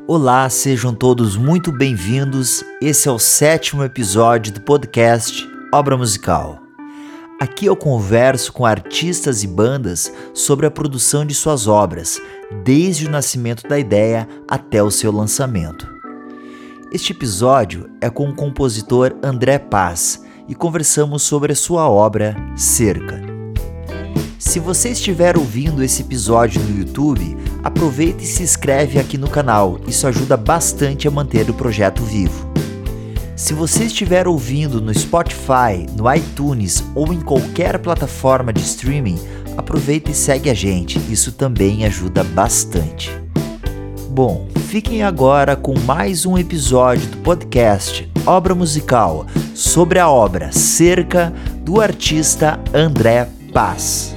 Olá, sejam todos muito bem-vindos. Esse é o 7º episódio do podcast Obra Musical. Aqui eu converso com artistas e bandas sobre a produção de suas obras, desde o nascimento da ideia até o seu lançamento. Este episódio é com o compositor André Paz e conversamos sobre a sua obra Cerca. Se você estiver ouvindo esse episódio no YouTube, aproveita e se inscreve aqui no canal, isso ajuda bastante a manter o projeto vivo. Se você estiver ouvindo no Spotify, no iTunes ou em qualquer plataforma de streaming, aproveita e segue a gente, isso também ajuda bastante. Bom, fiquem agora com mais um episódio do podcast Obra Musical, sobre a obra Cerca, do artista André Paz.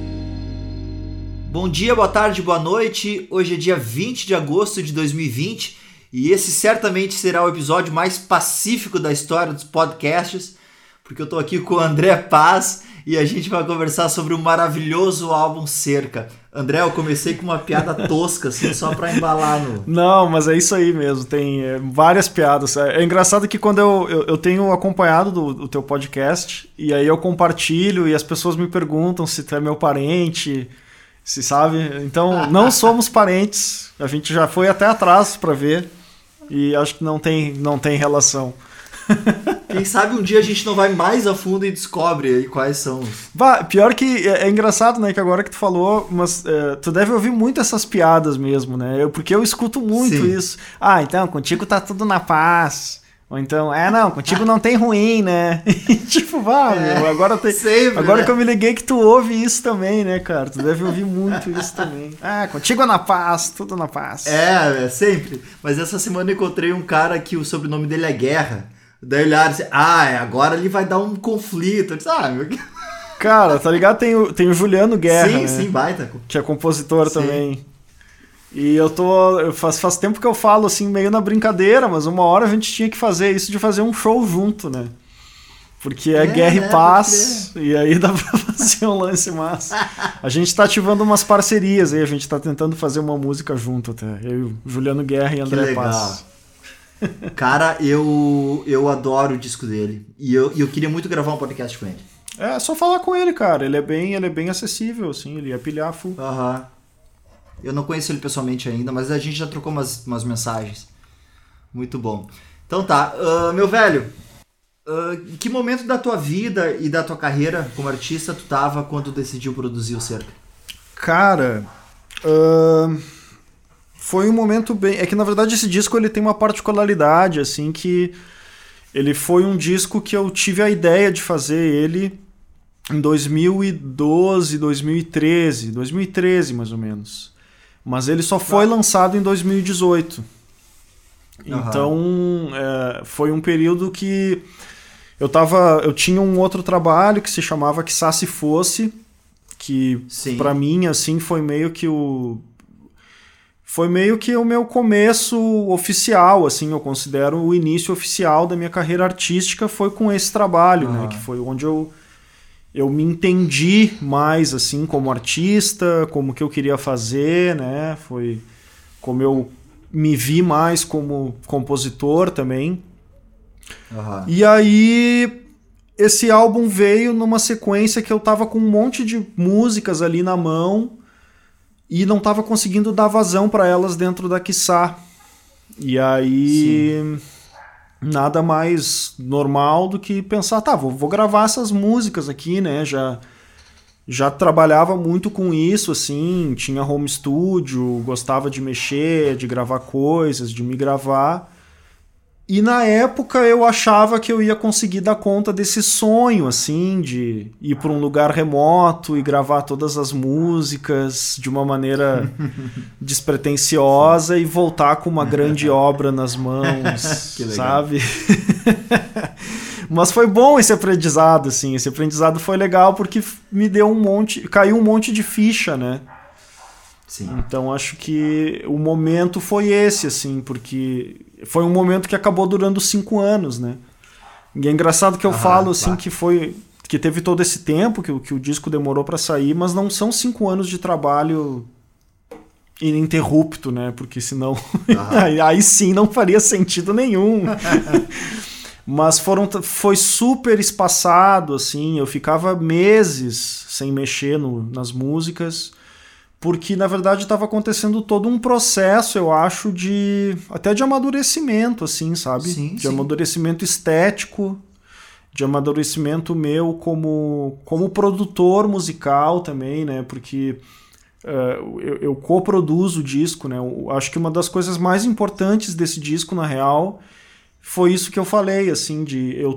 Bom dia, boa tarde, boa noite. Hoje é dia 20 de agosto de 2020 e esse certamente será o episódio mais pacífico da história dos podcasts, porque eu tô aqui com o André Paz e a gente vai conversar sobre o maravilhoso álbum Cerca. André, eu comecei com uma piada tosca, assim, só pra embalar no... Não, mas é isso aí mesmo, tem várias piadas. É engraçado que quando eu tenho acompanhado do teu podcast, e aí eu compartilho e as pessoas me perguntam se tu é meu parente... Se sabe? Então, não somos parentes. A gente já foi até atrás pra ver. E acho que não tem relação. Quem sabe um dia a gente não vai mais a fundo e descobre aí quais são. Pior que é engraçado, né? Que agora que tu falou, mas tu deve ouvir muito essas piadas mesmo, né? Porque eu escuto muito Sim. isso. Ah, então, contigo tá tudo na paz. Ou então, não, contigo não tem ruim, né? E tipo, meu, agora tem. Sempre, agora né? Que eu me liguei que tu ouve isso também, né, cara? Tu deve ouvir muito isso também. Contigo é na paz, tudo na paz. Sempre. Mas essa semana eu encontrei um cara que o sobrenome dele é Guerra. Daí olharam assim, agora ele vai dar um conflito. Eu disse, meu... Cara, tá ligado? Tem o Juliano Guerra, Sim, né? sim, baita. Que é compositor sim. também. E faz tempo que eu falo assim, meio na brincadeira, mas uma hora a gente tinha que fazer isso de fazer um show junto, né? Porque é Guerra e Paz, e aí dá pra fazer um lance massa. A gente tá ativando umas parcerias aí, a gente tá tentando fazer uma música junto até. Eu, Juliano Guerra e André Paz. Cara, eu adoro o disco dele. E eu queria muito gravar um podcast com ele. É só falar com ele, cara. Ele é bem acessível, assim, ele ia pilhar full. Aham. Eu não conheço ele pessoalmente ainda, mas a gente já trocou umas mensagens. Muito bom. Então tá, meu velho, em que momento da tua vida e da tua carreira como artista tu tava quando decidiu produzir o Cerca? Cara, foi um momento bem... É que na verdade esse disco ele tem uma particularidade, assim, que ele foi um disco que eu tive a ideia de fazer ele em 2012, 2013 mais ou menos. Mas ele só foi lançado em 2018. Então, foi um período que eu tinha um outro trabalho que se chamava Quizá Se Fosse, que pra mim, assim, foi meio que o meu começo oficial, assim, eu considero o início oficial da minha carreira artística foi com esse trabalho, né, que foi onde eu me entendi mais, assim, como artista, como que eu queria fazer, né? Foi como eu me vi mais como compositor também. E aí, esse álbum veio numa sequência que eu tava com um monte de músicas ali na mão e não tava conseguindo dar vazão para elas dentro da Quiçá. E aí... Nada mais normal do que pensar, vou gravar essas músicas aqui, né? Já trabalhava muito com isso, assim, tinha home studio, gostava de mexer, de gravar coisas, de me gravar. E na época eu achava que eu ia conseguir dar conta desse sonho, assim, de ir para um lugar remoto e gravar todas as músicas de uma maneira despretensiosa e voltar com uma grande obra nas mãos, sabe? Mas foi bom esse aprendizado, assim, esse aprendizado foi legal porque me deu caiu um monte de ficha, né? Sim. Então acho que o momento foi esse, assim, porque foi um momento que acabou durando 5 anos, né? E é engraçado que eu falo, assim, que teve todo esse tempo que o disco demorou para sair, mas não são 5 anos de trabalho ininterrupto, né? Porque senão aí sim não faria sentido nenhum. Mas foi super espaçado, assim, eu ficava meses sem mexer nas músicas, porque na verdade estava acontecendo todo um processo, eu acho, até de amadurecimento, assim, sabe? Sim, de amadurecimento estético, de amadurecimento meu como produtor musical também, né? Porque eu coproduzo o disco, né? Eu acho que uma das coisas mais importantes desse disco, na real, foi isso que eu falei, assim, de eu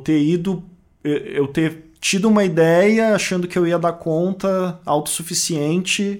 ter tido uma ideia achando que eu ia dar conta, autossuficiente,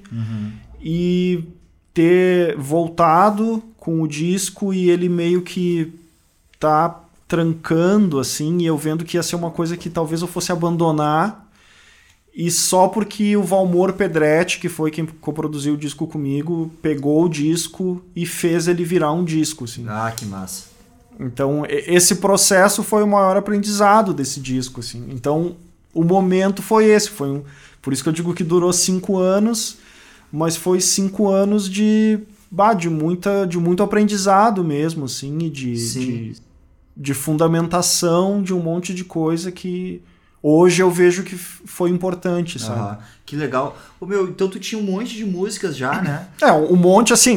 e ter voltado com o disco e ele meio que tá trancando, assim, e eu vendo que ia ser uma coisa que talvez eu fosse abandonar, e só porque o Valmor Pedretti, que foi quem coproduziu o disco comigo, pegou o disco e fez ele virar um disco, assim. Ah, que massa. Então, esse processo foi o maior aprendizado desse disco, assim. Então, o momento foi esse. Por isso que eu digo que durou 5 anos, mas foi 5 anos de muito aprendizado mesmo, assim, e de fundamentação de um monte de coisa que hoje eu vejo que foi importante, sabe? Que legal. Então tu tinha um monte de músicas já, né? Um monte, assim,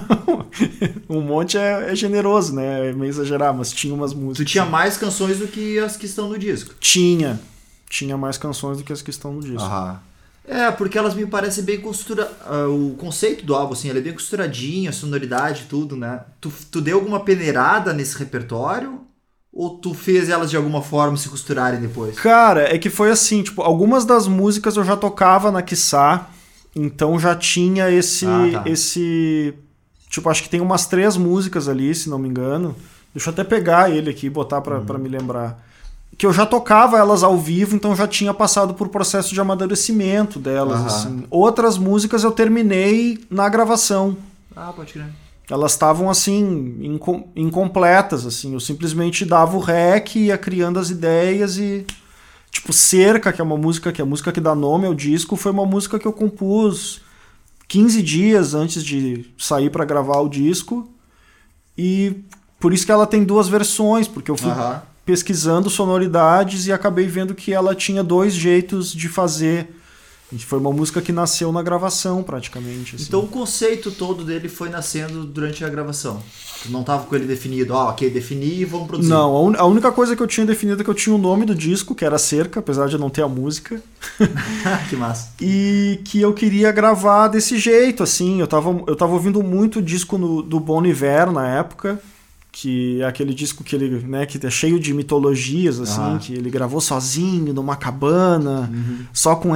um monte é generoso, né? É meio exagerar, mas tinha umas músicas. Tu tinha mais canções do que as que estão no disco? Tinha mais canções do que as que estão no disco. Porque elas me parecem bem o conceito do álbum, assim, ele é bem costuradinho, a sonoridade, tudo, né? Tu deu alguma peneirada nesse repertório? Ou tu fez elas de alguma forma se costurarem depois? Cara, é que foi assim, tipo, algumas das músicas eu já tocava na Quiçá, então já tinha esse... Tipo, acho que tem umas 3 músicas ali, se não me engano. Deixa eu até pegar ele aqui e botar pra me lembrar. Que eu já tocava elas ao vivo, então já tinha passado por processo de amadurecimento delas, assim. Outras músicas eu terminei na gravação. Pode crer. Elas estavam, assim, incompletas, assim. Eu simplesmente dava o rec, ia criando as ideias e... Tipo, Cerca, que é a música que dá nome ao disco, foi uma música que eu compus 15 dias antes de sair para gravar o disco. E por isso que ela tem 2 versões, porque eu fui pesquisando sonoridades e acabei vendo que ela tinha 2 jeitos de fazer. Foi uma música que nasceu na gravação, praticamente. Assim. Então o conceito todo dele foi nascendo durante a gravação? Tu não tava com ele definido? Defini e vamos produzir. Não, a única coisa que eu tinha definido é que eu tinha o nome do disco, que era Cerca, apesar de eu não ter a música. Que massa. E que eu queria gravar desse jeito, assim. Eu tava ouvindo muito disco do Bon Iver na época, que é aquele disco que ele, né, que é cheio de mitologias, assim, que ele gravou sozinho numa cabana, só com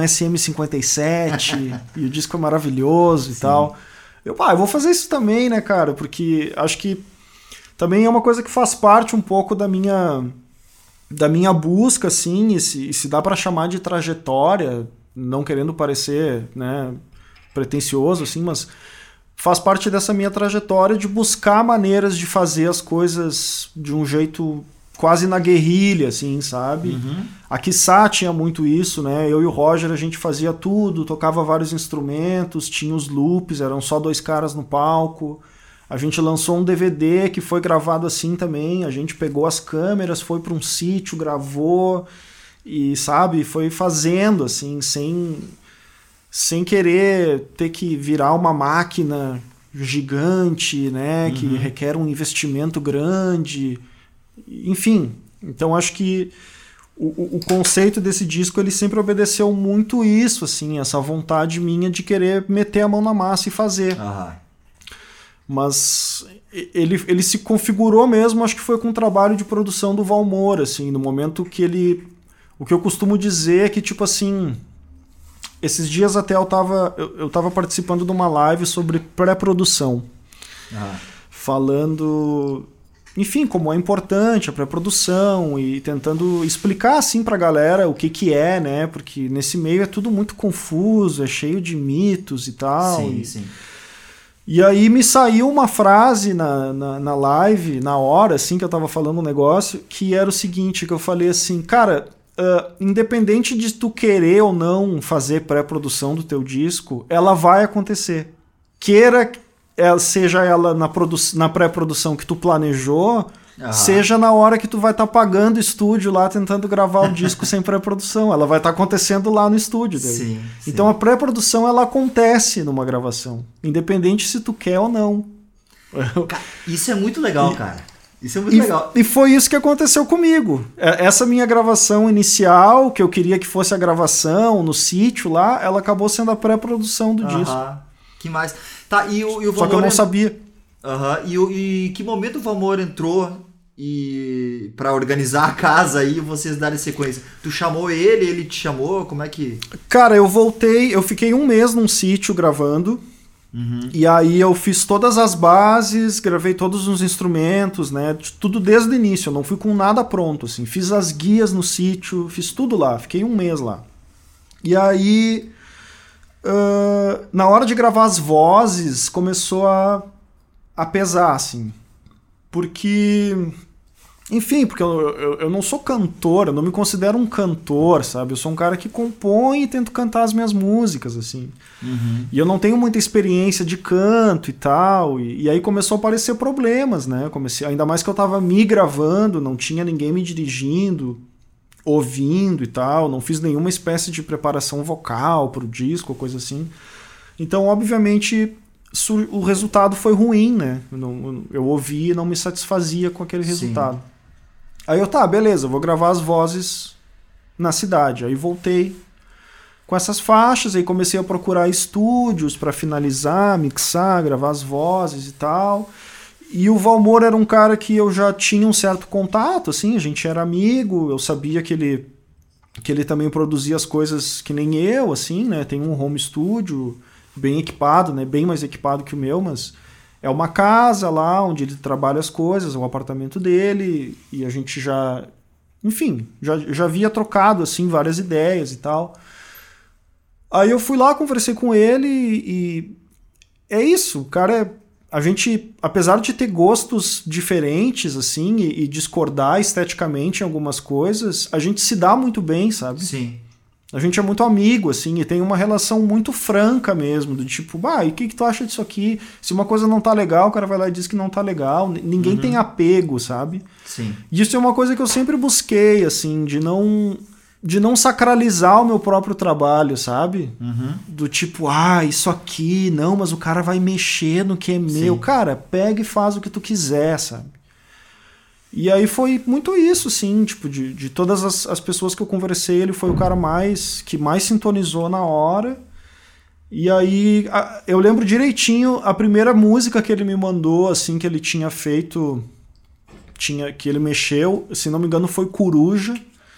SM57, e o disco é maravilhoso e tal. Eu vou fazer isso também, né, cara, porque acho que também é uma coisa que faz parte um pouco da minha busca, assim, e se dá pra chamar de trajetória, não querendo parecer, né, pretensioso, assim, mas faz parte dessa minha trajetória de buscar maneiras de fazer as coisas de um jeito quase na guerrilha, assim, sabe? A Quiçá tinha muito isso, né? Eu e o Roger, a gente fazia tudo, tocava vários instrumentos, tinha os loops, eram só 2 caras no palco. A gente lançou um DVD que foi gravado assim também, a gente pegou as câmeras, foi para um sítio, gravou e, sabe, foi fazendo, assim, sem querer ter que virar uma máquina gigante, né, que requer um investimento grande, enfim. Então acho que o conceito desse disco, ele sempre obedeceu muito isso, assim, essa vontade minha de querer meter a mão na massa e fazer. Mas ele se configurou mesmo, acho que foi com o trabalho de produção do Valmor, assim, no momento que ele... O que eu costumo dizer é que, tipo assim... Esses dias até eu tava participando de uma live sobre pré-produção. Falando, enfim, como é importante a pré-produção e tentando explicar assim pra galera o que é, né? Porque nesse meio é tudo muito confuso, é cheio de mitos e tal. Sim. E aí me saiu uma frase na live, na hora, assim, que eu tava falando um negócio, que era o seguinte, que eu falei assim, cara... independente de tu querer ou não fazer pré-produção do teu disco, ela vai acontecer. Queira seja ela na pré-produção que tu planejou, seja na hora que tu vai estar pagando o estúdio lá, tentando gravar o disco sem pré-produção. Ela vai estar acontecendo lá no estúdio. Sim. Então a pré-produção, ela acontece numa gravação, independente se tu quer ou não. Isso é muito legal, cara. Isso é muito legal. E foi isso que aconteceu comigo. Essa minha gravação inicial, que eu queria que fosse a gravação no sítio lá, ela acabou sendo a pré-produção do disco. Que mais? Tá, e o Valmor... Só que eu não sabia. E que momento o Valmor entrou pra organizar a casa e vocês darem sequência? Tu chamou ele te chamou? Como é que... Cara, eu voltei, eu fiquei um mês num sítio gravando. E aí eu fiz todas as bases, gravei todos os instrumentos, né? Tudo desde o início, eu não fui com nada pronto, assim. Fiz as guias no sítio, fiz tudo lá, fiquei um mês lá. E aí, na hora de gravar as vozes, começou a pesar, assim. Porque... Enfim, porque eu não sou cantor, eu não me considero um cantor, sabe? Eu sou um cara que compõe e tento cantar as minhas músicas, assim. E eu não tenho muita experiência de canto e tal. E aí começou a aparecer problemas, né? Ainda mais que eu tava me gravando, não tinha ninguém me dirigindo, ouvindo e tal. Não fiz nenhuma espécie de preparação vocal pro disco ou coisa assim. Então, obviamente... o resultado foi ruim, né? Eu ouvi e não me satisfazia com aquele resultado. Aí beleza, vou gravar as vozes na cidade. Aí voltei com essas faixas, aí comecei a procurar estúdios para finalizar, mixar, gravar as vozes e tal. E o Valmor era um cara que eu já tinha um certo contato, assim, a gente era amigo, eu sabia que ele também produzia as coisas que nem eu, assim, né? Tem um home studio bem equipado, né? Bem mais equipado que o meu, mas é uma casa lá onde ele trabalha as coisas, é um apartamento dele, e a gente já, enfim, já havia trocado assim várias ideias e tal. Aí eu fui lá, conversei com ele e é isso, cara, a gente, apesar de ter gostos diferentes assim e discordar esteticamente em algumas coisas, a gente se dá muito bem, sabe? Sim. A gente é muito amigo, assim, e tem uma relação muito franca mesmo, do tipo, e o que tu acha disso aqui? Se uma coisa não tá legal, o cara vai lá e diz que não tá legal. Ninguém tem apego, sabe? Sim. E isso é uma coisa que eu sempre busquei, assim, de não sacralizar o meu próprio trabalho, sabe? Do tipo, isso aqui, não, mas o cara vai mexer no que é meu. Sim. Cara, pega e faz o que tu quiser, sabe? E aí foi muito isso, sim, tipo, de todas as pessoas que eu conversei, ele foi o cara que mais sintonizou na hora. E aí, eu lembro direitinho, a primeira música que ele me mandou, assim, que ele tinha feito, que ele mexeu, se não me engano, foi Coruja.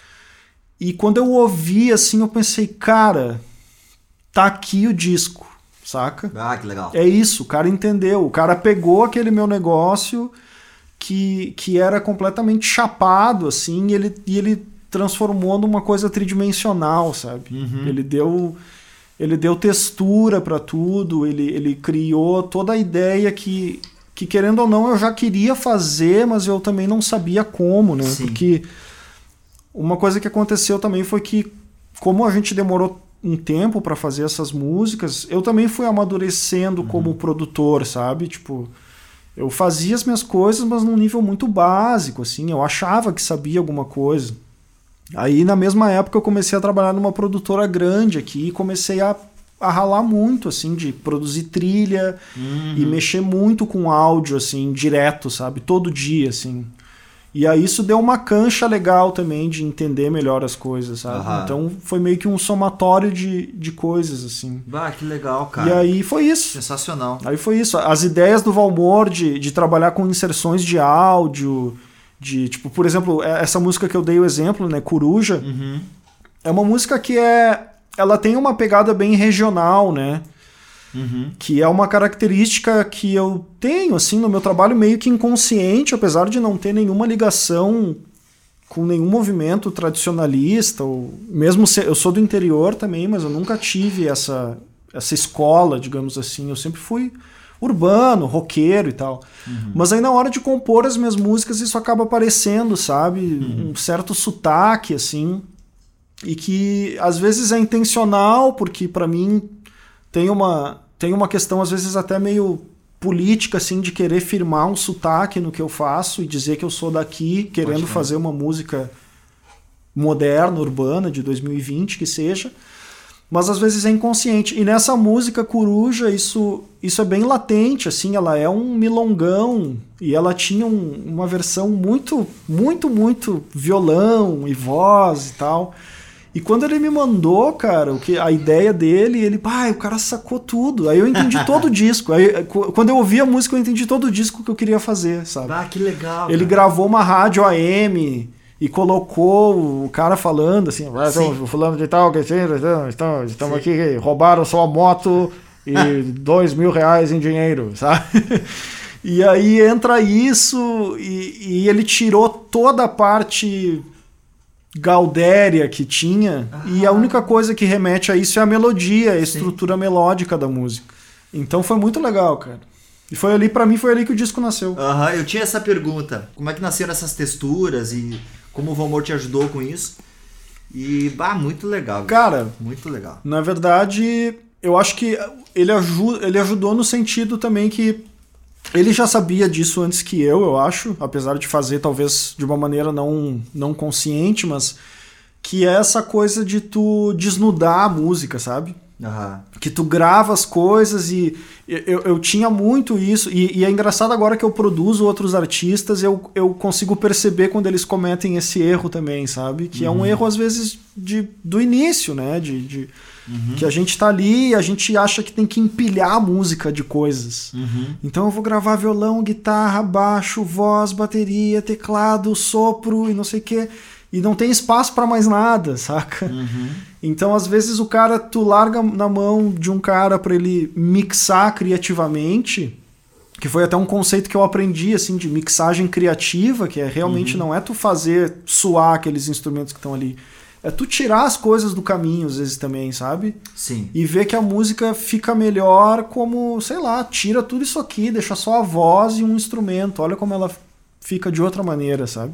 E quando eu ouvi, assim, eu pensei, cara, tá aqui o disco, saca? Que legal. É isso, o cara entendeu, o cara pegou aquele meu negócio... Que era completamente chapado, assim, e ele transformou numa coisa tridimensional, sabe? Ele deu textura para tudo, ele criou toda a ideia que, querendo ou não, eu já queria fazer, mas eu também não sabia como, né? Sim. Porque uma coisa que aconteceu também foi que, como a gente demorou um tempo para fazer essas músicas, eu também fui amadurecendo como produtor, sabe? Tipo... Eu fazia as minhas coisas, mas num nível muito básico, assim. Eu achava que sabia alguma coisa. Aí, na mesma época, eu comecei a trabalhar numa produtora grande aqui e comecei a ralar muito, assim, de produzir trilha e mexer muito com áudio, assim, direto, sabe? Todo dia, assim. E aí isso deu uma cancha legal também de entender melhor as coisas, sabe? Então foi meio que um somatório de coisas, assim. Que legal, cara. E aí foi isso. Sensacional. Aí foi isso. As ideias do Valmor de trabalhar com inserções de áudio, tipo, por exemplo, essa música que eu dei o exemplo, né, Coruja, é uma música que ela tem uma pegada bem regional, né? Que é uma característica que eu tenho, assim, no meu trabalho meio que inconsciente, apesar de não ter nenhuma ligação com nenhum movimento tradicionalista, ou mesmo eu sou do interior também, mas eu nunca tive essa escola, digamos assim, eu sempre fui urbano, roqueiro e tal. Mas aí na hora de compor as minhas músicas isso acaba aparecendo, sabe? Um certo sotaque, assim, e que às vezes é intencional, porque para mim tem uma questão, às vezes, até meio política, assim, de querer firmar um sotaque no que eu faço e dizer que eu sou daqui, querendo fazer uma música moderna, urbana, de 2020, que seja. Mas às vezes é inconsciente. E nessa música Coruja, isso é bem latente, assim, ela é um milongão e ela tinha uma versão muito, muito, muito violão e voz e tal. E quando ele me mandou, cara, a ideia dele, o cara sacou tudo. Aí eu entendi todo o disco. Aí, quando eu ouvi a música, eu entendi todo o disco que eu queria fazer, sabe? Ah, que legal. Ele gravou uma rádio AM e colocou o cara falando assim, fulano de tal, que estamos aqui, roubaram sua moto e R$2.000 em dinheiro, sabe? E aí entra isso e ele tirou toda a parte gaudéria que tinha e a única coisa que remete a isso é a melodia, a estrutura melódica da música. Então foi muito legal, cara. E pra mim foi ali que o disco nasceu. Eu tinha essa pergunta, como é que nasceram essas texturas e como o Valmor te ajudou com isso? E, muito legal. Cara, muito legal. Na verdade, eu acho que ele ajudou no sentido também que ele já sabia disso antes que eu acho, apesar de fazer talvez de uma maneira não consciente, mas que é essa coisa de tu desnudar a música, sabe? Que tu grava as coisas e eu tinha muito isso e é engraçado agora que eu produzo outros artistas, eu consigo perceber quando eles cometem esse erro também, sabe? Que é um erro às vezes do início, né? Que a gente tá ali e a gente acha que tem que empilhar a música de coisas. Então eu vou gravar violão, guitarra, baixo, voz, bateria, teclado, sopro e não sei o quê. E não tem espaço pra mais nada, saca? Então, às vezes, tu larga na mão de um cara pra ele mixar criativamente, que foi até um conceito que eu aprendi, assim, de mixagem criativa, que é realmente não é tu fazer suar aqueles instrumentos que estão ali. É tu tirar as coisas do caminho, às vezes, também, sabe? Sim. E ver que a música fica melhor como, sei lá, tira tudo isso aqui, deixa só a voz e um instrumento. Olha como ela fica de outra maneira, sabe?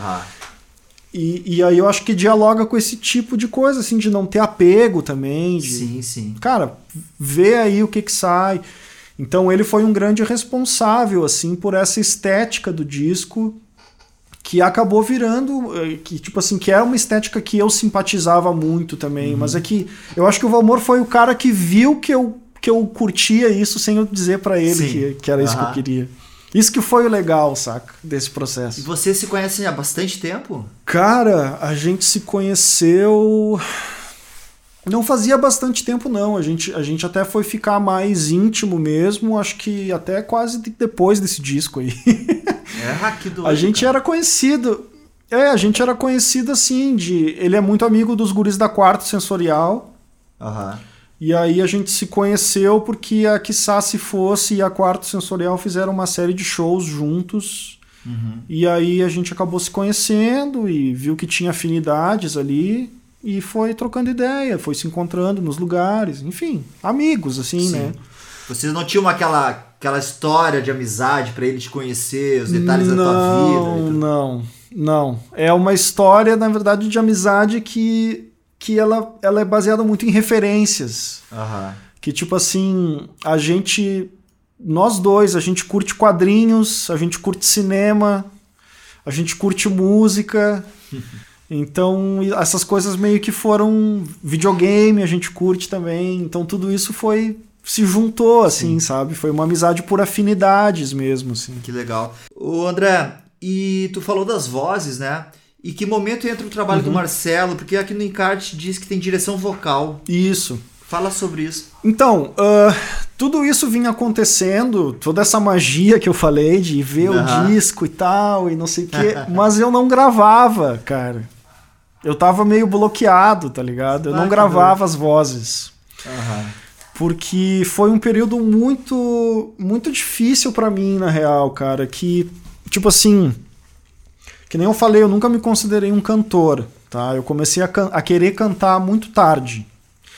E aí eu acho que dialoga com esse tipo de coisa, assim, de não ter apego também. Sim. Cara, vê aí o que sai. Então ele foi um grande responsável, assim, por essa estética do disco, que acabou virando, que tipo assim, que é uma estética que eu simpatizava muito também, mas é que eu acho que o Valmor foi o cara que viu que eu curtia isso sem eu dizer pra ele que era isso que eu queria. Isso que foi o legal, saca? Desse processo. E vocês se conhecem há bastante tempo? Cara, a gente se conheceu... Não fazia bastante tempo, não. A gente até foi ficar mais íntimo mesmo, acho que até quase depois desse disco aí. Que doido. A gente era conhecido... a gente era conhecido assim, ele é muito amigo dos guris da Quarto Sensorial. E aí a gente se conheceu porque a Quiçá Se Fosse e a Quarto Sensorial fizeram uma série de shows juntos. E aí a gente acabou se conhecendo e viu que tinha afinidades ali e foi trocando ideia, foi se encontrando nos lugares, enfim, amigos, assim, né? Vocês não tinham aquela história de amizade pra ele te conhecer, os detalhes da tua vida? Não. É uma história, na verdade, de amizade que ela é baseada muito em referências. Que tipo assim, nós dois, a gente curte quadrinhos, a gente curte cinema, a gente curte música. Então essas coisas meio que foram videogame, a gente curte também. Então tudo isso se juntou, assim, sabe? Foi uma amizade por afinidades mesmo, assim. Que legal. Ô André, e tu falou das vozes, né? E que momento entra o trabalho do Marcelo? Porque aqui no encarte diz que tem direção vocal. Isso. Fala sobre isso. Então, tudo isso vinha acontecendo, toda essa magia que eu falei de ver o disco e tal, e não sei o quê, mas eu não gravava, cara. Eu tava meio bloqueado, tá ligado? Eu não gravava as vozes. Porque foi um período muito, muito difícil pra mim, na real, cara. Que, tipo assim... Que nem eu falei, eu nunca me considerei um cantor, tá? Eu comecei a querer cantar muito tarde.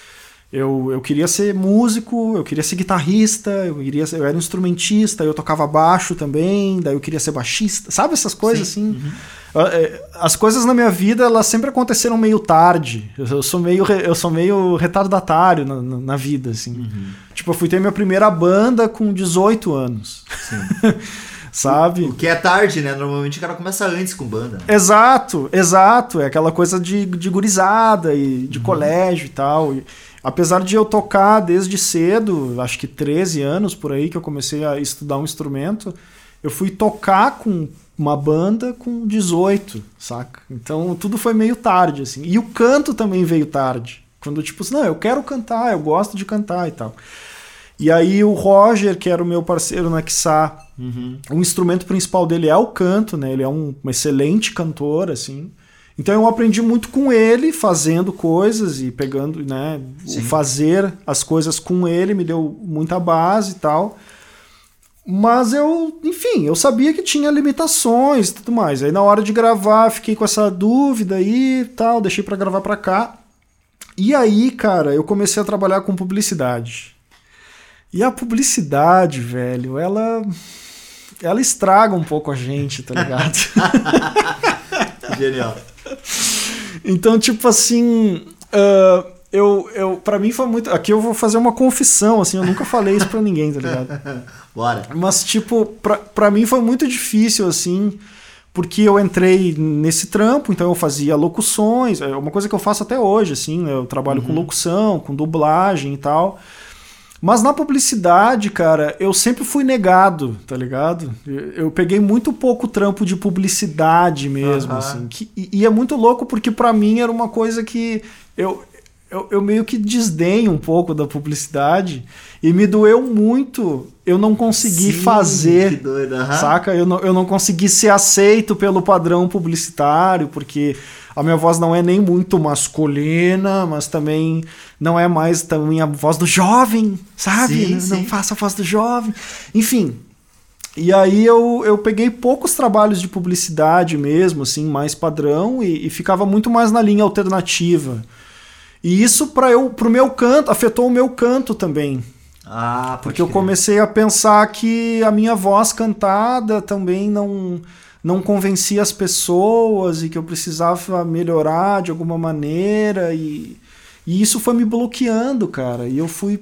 Eu queria ser músico, eu queria ser guitarrista, eu era instrumentista, eu tocava baixo também, daí eu queria ser baixista. Sabe essas coisas assim? As coisas na minha vida, elas sempre aconteceram meio tarde. Eu sou meio retardatário na vida, assim. Tipo, eu fui ter minha primeira banda com 18 anos. Sim. Sabe? O que é tarde, né? Normalmente o cara começa antes com banda. Exato. É aquela coisa de gurizada e de colégio e tal. E, apesar de eu tocar desde cedo, acho que 13 anos por aí que eu comecei a estudar um instrumento, eu fui tocar com uma banda com 18, saca? Então tudo foi meio tarde, assim. E o canto também veio tarde. Quando, tipo, não, eu quero cantar, eu gosto de cantar e tal. E aí o Roger, que era o meu parceiro na Quiçá, o instrumento principal dele é o canto, né? Ele é um excelente cantor, assim. Então eu aprendi muito com ele, fazendo coisas e pegando, né? Fazer as coisas com ele me deu muita base e tal. Mas enfim, eu sabia que tinha limitações e tudo mais. Aí na hora de gravar, fiquei com essa dúvida aí e tal, deixei pra gravar pra cá. E aí, cara, eu comecei a trabalhar com publicidade. E a publicidade, velho, ela estraga um pouco a gente, tá ligado? Genial. Então, tipo assim, pra mim foi muito... Aqui eu vou fazer uma confissão, assim, eu nunca falei isso pra ninguém, tá ligado? Bora. Mas, tipo, pra mim foi muito difícil, assim, porque eu entrei nesse trampo, então eu fazia locuções, é uma coisa que eu faço até hoje, assim, né? Eu trabalho com locução, com dublagem e tal. Mas na publicidade, cara, eu sempre fui negado, tá ligado? Eu peguei muito pouco trampo de publicidade mesmo, assim. E é muito louco porque pra mim era uma coisa que eu meio que desdenho um pouco da publicidade e me doeu muito eu não consegui fazer, que doido, saca? Eu não consegui ser aceito pelo padrão publicitário, porque a minha voz não é nem muito masculina, mas também não é mais também a voz do jovem, sabe? Não faço a voz do jovem. Enfim. E aí eu peguei poucos trabalhos de publicidade mesmo, assim, mais padrão, e ficava muito mais na linha alternativa. E isso pro meu canto, afetou o meu canto também. Porque eu comecei a pensar que a minha voz cantada também não convencia as pessoas e que eu precisava melhorar de alguma maneira. E isso foi me bloqueando, cara. E eu fui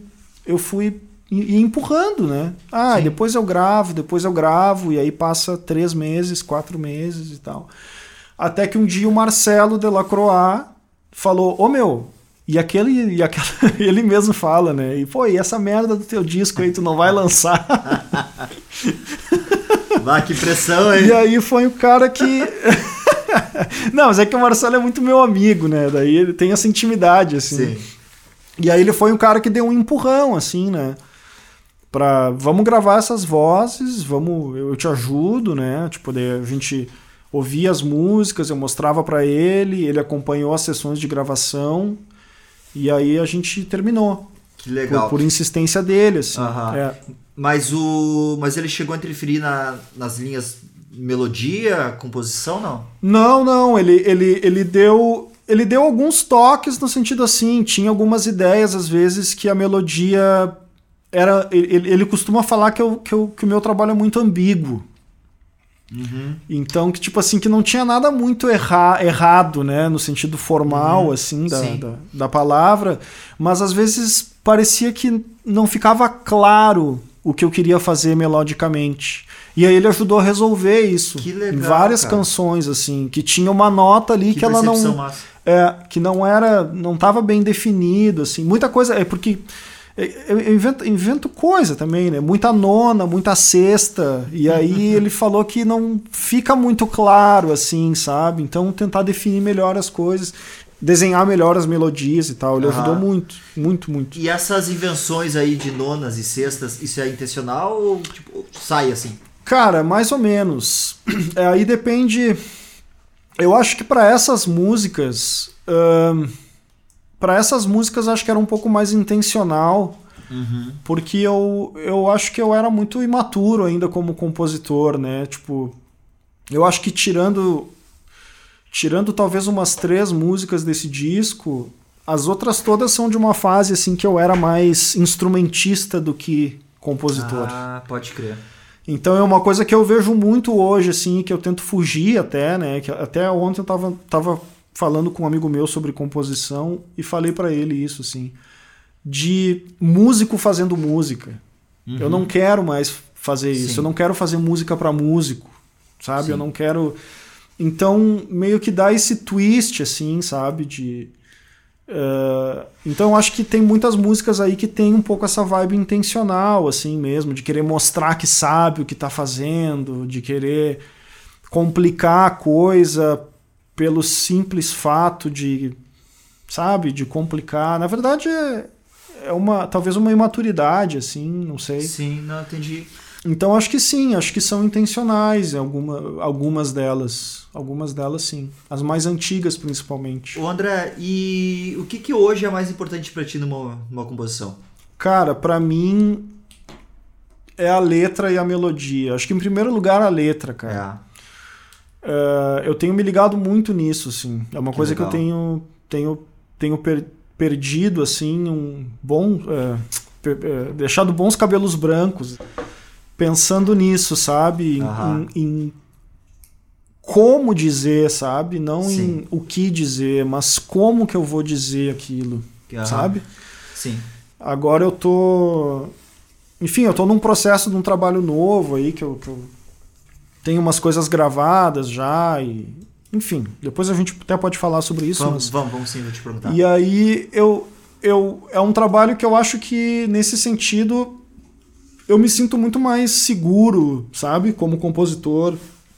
empurrando, né? Depois eu gravo, e aí passa 3 meses, 4 meses e tal. Até que um dia o Marcelo Delacroix falou, meu... E aquela ele mesmo fala, né? E essa merda do teu disco aí tu não vai lançar. Que pressão, hein? E aí foi o cara que... Não, mas é que o Marcelo é muito meu amigo, né? Daí ele tem essa intimidade, assim. Sim. E aí ele foi o cara que deu um empurrão, assim, né? Vamos gravar essas vozes, eu te ajudo, né? Tipo, daí a gente ouvia as músicas, eu mostrava pra ele acompanhou as sessões de gravação... E aí a gente terminou. Que legal. Por insistência dele, assim. Mas ele chegou a interferir nas linhas melodia, composição, não? Não. Ele deu alguns toques no sentido assim. Tinha algumas ideias, às vezes, que a melodia era... Ele costuma falar que o meu trabalho é muito ambíguo. Então, que tipo assim, que não tinha nada muito errado, né, no sentido formal, assim, da palavra, mas às vezes parecia que não ficava claro o que eu queria fazer melodicamente. E aí ele ajudou a resolver isso. Que legal, em várias canções, assim, que tinha uma nota ali que ela não... que não estava bem definido, assim. Muita coisa... porque... Eu invento coisa também, né? Muita nona, muita sexta. E aí ele falou que não fica muito claro, assim, sabe? Então tentar definir melhor as coisas, desenhar melhor as melodias e tal. Ele ajudou muito, muito, muito. E essas invenções aí de nonas e sextas, isso é intencional ou tipo, sai assim? Cara, mais ou menos. Aí depende... Eu acho que para essas músicas... acho que era um pouco mais intencional, porque eu acho que eu era muito imaturo ainda como compositor, né? Tipo, eu acho que tirando talvez umas 3 músicas desse disco, as outras todas são de uma fase assim que eu era mais instrumentista do que compositor. Pode crer. Então é uma coisa que eu vejo muito hoje, assim, que eu tento fugir até, né? Que até ontem eu tava falando com um amigo meu sobre composição e falei pra ele isso, assim, de músico fazendo música. Eu não quero mais fazer isso. Sim. Eu não quero fazer música para músico, sabe? Sim. Eu não quero... Então, meio que dá esse twist, assim, sabe? Então, eu acho que tem muitas músicas aí que tem um pouco essa vibe intencional, assim mesmo, de querer mostrar que sabe o que tá fazendo, de querer complicar a coisa pelo simples fato de, sabe, de complicar. Na verdade, talvez uma imaturidade, assim, não sei. Sim, não entendi. Então acho que sim, acho que são intencionais algumas delas. Algumas delas sim. As mais antigas, principalmente. Ô André, e o que hoje é mais importante pra ti numa composição? Cara, pra mim é a letra e a melodia. Acho que em primeiro lugar a letra, cara. Eu tenho me ligado muito nisso, assim. É uma coisa legal. que eu tenho perdido, assim, um bom... deixado bons cabelos brancos pensando nisso, sabe? Em como dizer, sabe? Não Sim. em o que dizer, mas como que eu vou dizer aquilo, sabe? Sim. Agora eu tô... Enfim, eu tô num processo de um trabalho novo aí, que eu tenho umas coisas gravadas já e... Enfim, depois a gente até pode falar sobre isso. Vamos sim, vou te perguntar. E aí é um trabalho que eu acho que, nesse sentido, eu me sinto muito mais seguro, sabe? Como compositor.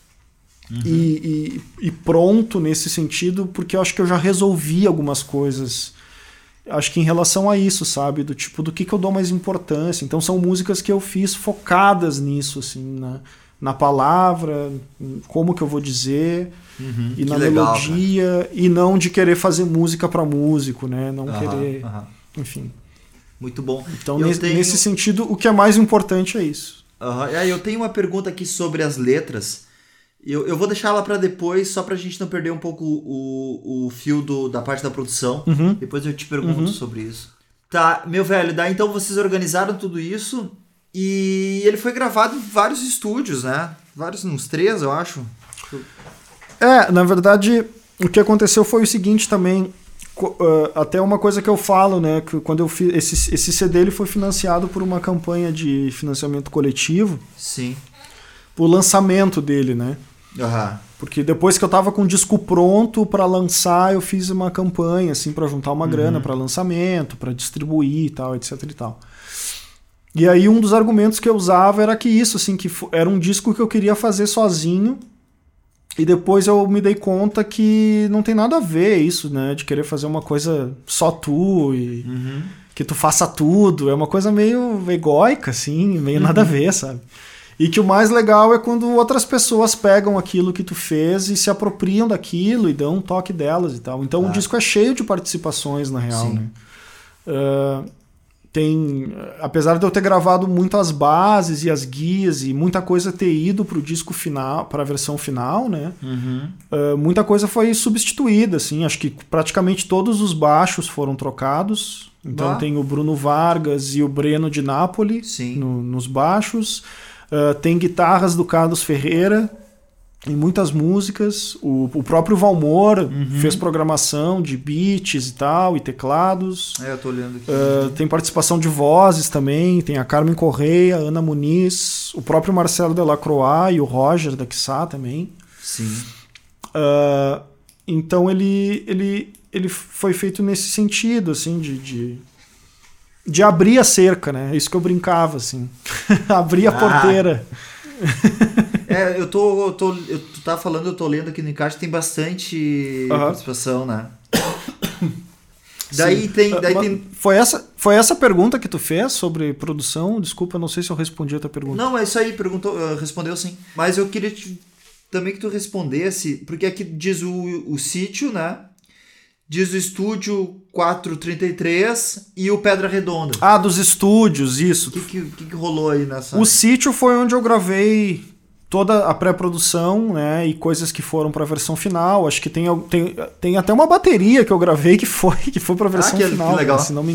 E pronto nesse sentido, porque eu acho que eu já resolvi algumas coisas. Acho que em relação a isso, sabe? Do tipo, do que eu dou mais importância. Então são músicas que eu fiz focadas nisso, assim, na palavra, como que eu vou dizer, e na melodia, cara. E não de querer fazer música para músico, né? Não querer... Enfim. Muito bom. Então, nesse sentido, o que é mais importante é isso. Eu tenho uma pergunta aqui sobre as letras. Eu vou deixar ela para depois, só pra gente não perder um pouco o fio da parte da produção. Depois eu te pergunto sobre isso. Tá, meu velho, daí então vocês organizaram tudo isso e ele foi gravado em vários estúdios, né? Uns 3, eu acho. Na verdade, o que aconteceu foi o seguinte também. Até uma coisa que eu falo, né? Que quando eu fiz esse CD, ele foi financiado por uma campanha de financiamento coletivo. Sim. O lançamento dele, né? Porque depois que eu tava com o disco pronto para lançar, eu fiz uma campanha assim para juntar uma grana para lançamento, para distribuir e tal, etc e tal. E aí um dos argumentos que eu usava era que isso, assim, que era um disco que eu queria fazer sozinho. E depois eu me dei conta que não tem nada a ver isso, né? De querer fazer uma coisa só tu e que tu faça tudo. É uma coisa meio egóica, assim, meio nada a ver, sabe? E que o mais legal é quando outras pessoas pegam aquilo que tu fez e se apropriam daquilo e dão um toque delas e tal. Então o disco é cheio de participações, na real, né? Apesar de eu ter gravado muito as bases e as guias e muita coisa ter ido pro disco final, pra versão final, né? Muita coisa foi substituída, assim. Acho que praticamente todos os baixos foram trocados. Então tem o Bruno Vargas e o Breno de Napoli nos baixos. Tem guitarras do Carlos Ferreira em muitas músicas. O próprio Valmor fez programação de beats e tal, e teclados. Eu tô olhando aqui. Tem participação de vozes também. Tem a Carmen Correia, a Ana Muniz, o próprio Marcelo Delacroix e o Roger da Quissá também. Sim. Então ele foi feito nesse sentido, assim, de abrir a cerca, né? É isso que eu brincava, assim. Abrir a porteira. Tu tá falando, eu tô lendo aqui no encarte, tem bastante participação, né? Daí tem... Foi essa pergunta que tu fez sobre produção? Desculpa, não sei se eu respondi a tua pergunta. Não, é isso aí, respondeu sim. Mas eu queria também que tu respondesse, porque aqui diz o sítio, né? Diz o estúdio 433 e o Pedra Redonda. Dos estúdios, isso. O que rolou aí nessa... O sítio foi onde eu gravei toda a pré-produção, né? E coisas que foram pra versão final. Acho que tem até uma bateria que eu gravei que foi pra versão final. Que legal. Né? Se não me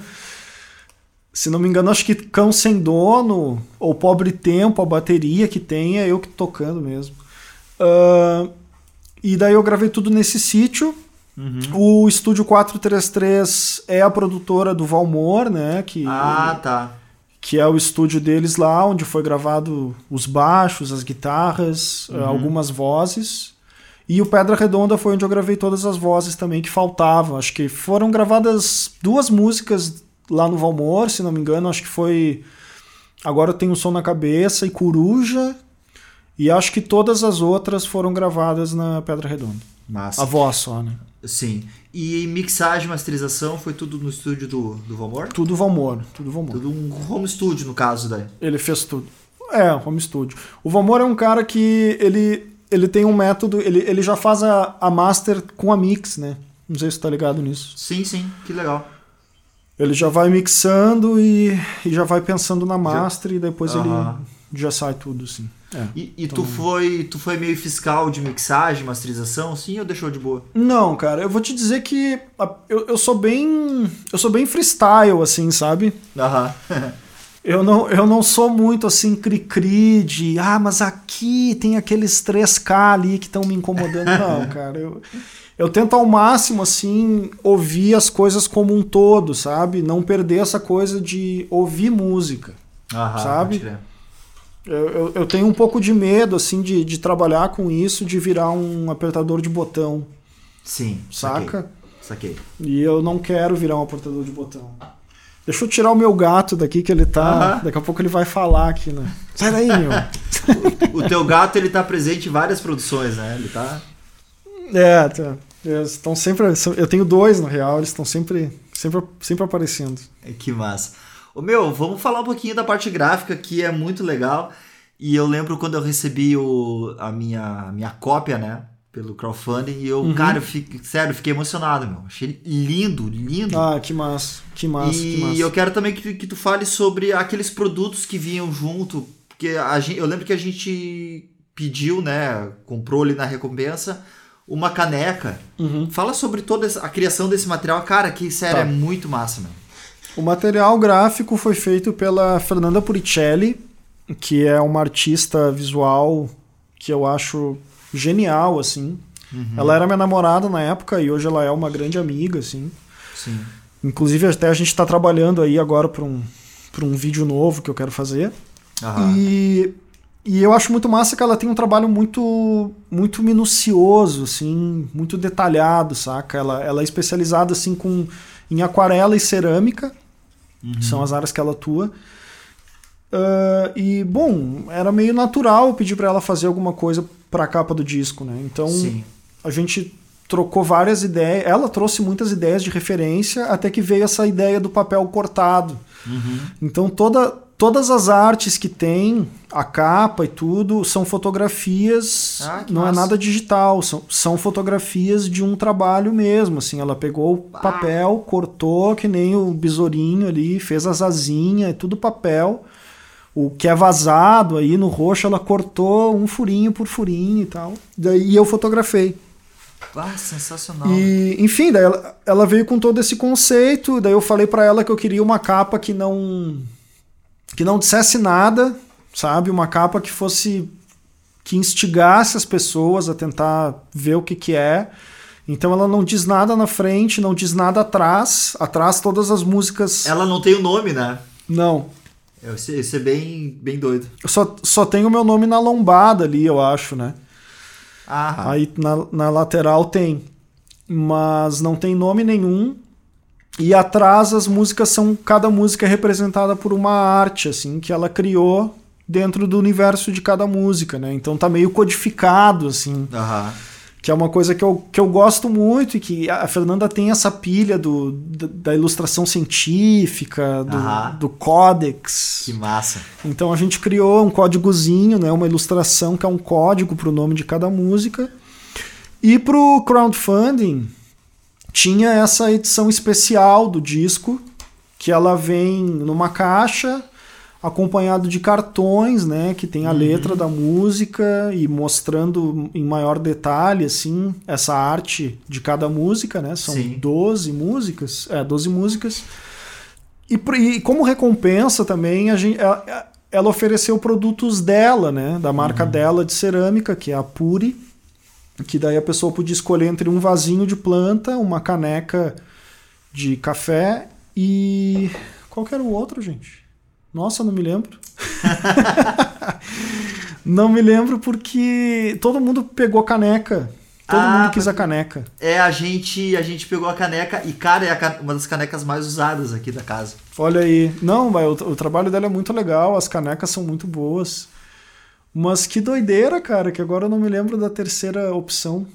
engano, acho que Cão Sem Dono ou Pobre Tempo, a bateria que tem é eu que tô tocando mesmo. E daí eu gravei tudo nesse sítio. O Estúdio 433 é a produtora do Valmor, né? Tá. Que é o estúdio deles lá, onde foi gravado os baixos, as guitarras, algumas vozes. E o Pedra Redonda foi onde eu gravei todas as vozes também que faltavam. Acho que foram gravadas 2 músicas lá no Valmor, se não me engano. Acho que foi Agora Eu Tenho um Som na Cabeça e Coruja. E acho que todas as outras foram gravadas na Pedra Redonda. Massa. A voz só, né? Sim. E mixagem, masterização, foi tudo no estúdio do Valmor? Tudo Valmor. Tudo um home studio, no caso, daí. Ele fez tudo. Home studio. O Valmor é um cara que ele tem um método, ele já faz a master com a mix, né? Não sei se tá ligado nisso. Sim, que legal. Ele já vai mixando e já vai pensando na master e depois ele já sai tudo, assim. E então... tu foi meio fiscal de mixagem, masterização, sim, ou deixou de boa? Não, cara, eu vou te dizer que eu sou bem freestyle, assim, sabe? Eu não sou muito assim cri-cri de mas aqui tem aqueles 3K ali que estão me incomodando. Não, cara, eu tento ao máximo assim ouvir as coisas como um todo, sabe? Não perder essa coisa de ouvir música, sabe? Eu tenho um pouco de medo assim de trabalhar com isso, de virar um apertador de botão. Sim, saca? Saquei. E eu não quero virar um apertador de botão. Deixa eu tirar o meu gato daqui que ele tá... Daqui a pouco ele vai falar aqui, né? Sai daí, meu. O teu gato, ele tá presente em várias produções, né? Ele tá... Tá. Eles estão sempre... Eu tenho 2, na real. Eles estão sempre aparecendo. Que massa. Vamos falar um pouquinho da parte gráfica, que é muito legal. E eu lembro quando eu recebi a minha cópia, né? Pelo crowdfunding, e eu, cara, fiquei emocionado, meu. Achei lindo. Que massa. E eu quero também que tu fale sobre aqueles produtos que vinham junto, porque eu lembro que a gente pediu, né, comprou ali na recompensa, uma caneca. Fala sobre toda a criação desse material, cara, que sério, é muito massa, meu. O material gráfico foi feito pela Fernanda Puricelli, que é uma artista visual que eu acho genial, assim. Ela era minha namorada na época e hoje ela é uma grande amiga, assim. Sim. Inclusive até a gente tá trabalhando aí agora para um vídeo novo que eu quero fazer. E eu acho muito massa que ela tem um trabalho muito muito minucioso, assim, muito detalhado, saca? Ela é especializada assim em aquarela e cerâmica. São as áreas que ela atua. E, bom, era meio natural eu pedir para ela fazer alguma coisa para a capa do disco, né? Então, a gente trocou várias ideias. Ela trouxe muitas ideias de referência até que veio essa ideia do papel cortado. Então, todas as artes que tem, a capa e tudo, são fotografias, não massa. É nada digital, são fotografias de um trabalho mesmo, assim, ela pegou o papel, cortou, que nem o besourinho ali, fez as asinhas, é tudo papel. O que é vazado aí no roxo, ela cortou um furinho por furinho e tal. Daí eu fotografei. Sensacional. E, enfim, daí ela veio com todo esse conceito, daí eu falei pra ela que eu queria uma capa que não dissesse nada, sabe? Uma capa que instigasse as pessoas a tentar ver o que é. Então ela não diz nada na frente, não diz nada atrás. Atrás todas as músicas... Ela não tem o nome, né? Não. Isso é bem, bem doido. Eu só tenho o meu nome na lombada ali, eu acho, né? Aí na lateral tem. Mas não tem nome nenhum. E atrás as músicas cada música é representada por uma arte, assim, que ela criou dentro do universo de cada música, né? Então tá meio codificado, assim. Que é uma coisa que eu gosto muito e que a Fernanda tem essa pilha da ilustração científica, do códex. Que massa. Então a gente criou um códigozinho, né? Uma ilustração que é um código pro nome de cada música. E pro crowdfunding tinha essa edição especial do disco, que ela vem numa caixa, acompanhado de cartões, né, que tem a letra da música e mostrando em maior detalhe, assim, essa arte de cada música, né, são 12 músicas, 12 músicas, e como recompensa também, ela ofereceu produtos dela, né, da marca dela de cerâmica, que é a Puri, que daí a pessoa podia escolher entre um vasinho de planta, uma caneca de café e... Qual que era o outro, gente? Nossa, não me lembro. Não me lembro porque todo mundo pegou caneca. Todo mundo quis a caneca. A gente pegou a caneca e, cara, é uma das canecas mais usadas aqui da casa. Olha aí. Não, o trabalho dela é muito legal, as canecas são muito boas. Mas que doideira, cara, que agora eu não me lembro da terceira opção.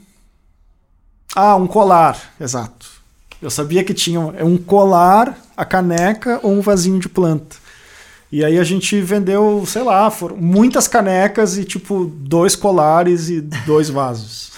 Um colar, exato. Eu sabia que tinha um colar, a caneca ou um vasinho de planta. E aí a gente vendeu, sei lá, foram muitas canecas e tipo 2 colares e 2 vasos.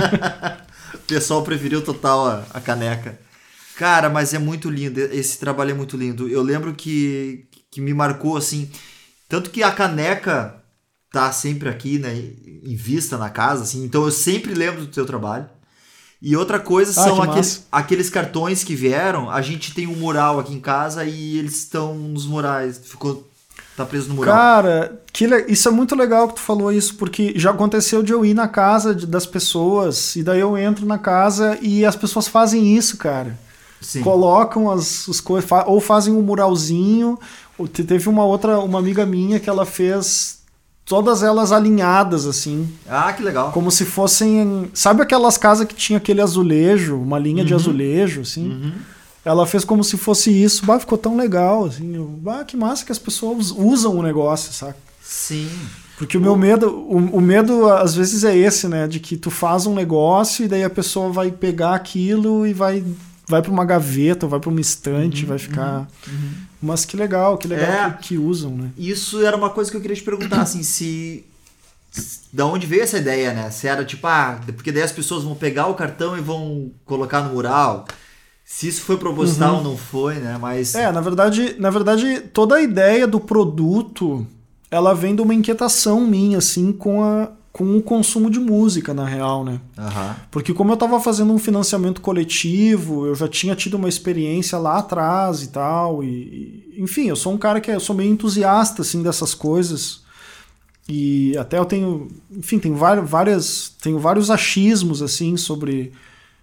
O pessoal preferiu total a caneca. Cara, mas é muito lindo, esse trabalho é muito lindo. Eu lembro que me marcou assim, tanto que a caneca tá sempre aqui, né, em vista na casa, assim, então eu sempre lembro do teu trabalho. E outra coisa são aqueles cartões que vieram. A gente tem um mural aqui em casa e eles estão nos murais. Tá preso no mural. Cara, isso é muito legal que tu falou isso, porque já aconteceu de eu ir na casa das pessoas e daí eu entro na casa e as pessoas fazem isso, cara. Sim. Colocam as coisas, ou fazem um muralzinho. Teve uma amiga minha que ela fez... Todas elas alinhadas, assim. Que legal. Como se fossem... Sabe aquelas casas que tinha aquele azulejo? Uma linha de azulejo, assim? Uhum. Ela fez como se fosse isso. Ficou tão legal, assim. Que massa que as pessoas usam o negócio, saca? Sim. Porque o meu medo... O medo, às vezes, é esse, né? De que tu faz um negócio e daí a pessoa vai pegar aquilo e vai para uma gaveta, vai para uma estante, vai ficar... Mas que legal que usam, né? Isso era uma coisa que eu queria te perguntar, assim, da onde veio essa ideia, né? Se era tipo, porque daí as pessoas vão pegar o cartão e vão colocar no mural. Se isso foi proposital ou não foi, né? Mas... na verdade, toda a ideia do produto, ela vem de uma inquietação minha, assim, com o consumo de música, na real, né? Uhum. Porque como eu estava fazendo um financiamento coletivo, eu já tinha tido uma experiência lá atrás e tal, enfim, eu sou um cara eu sou meio entusiasta, assim, dessas coisas, e até eu tenho, enfim, tenho vários achismos, assim, sobre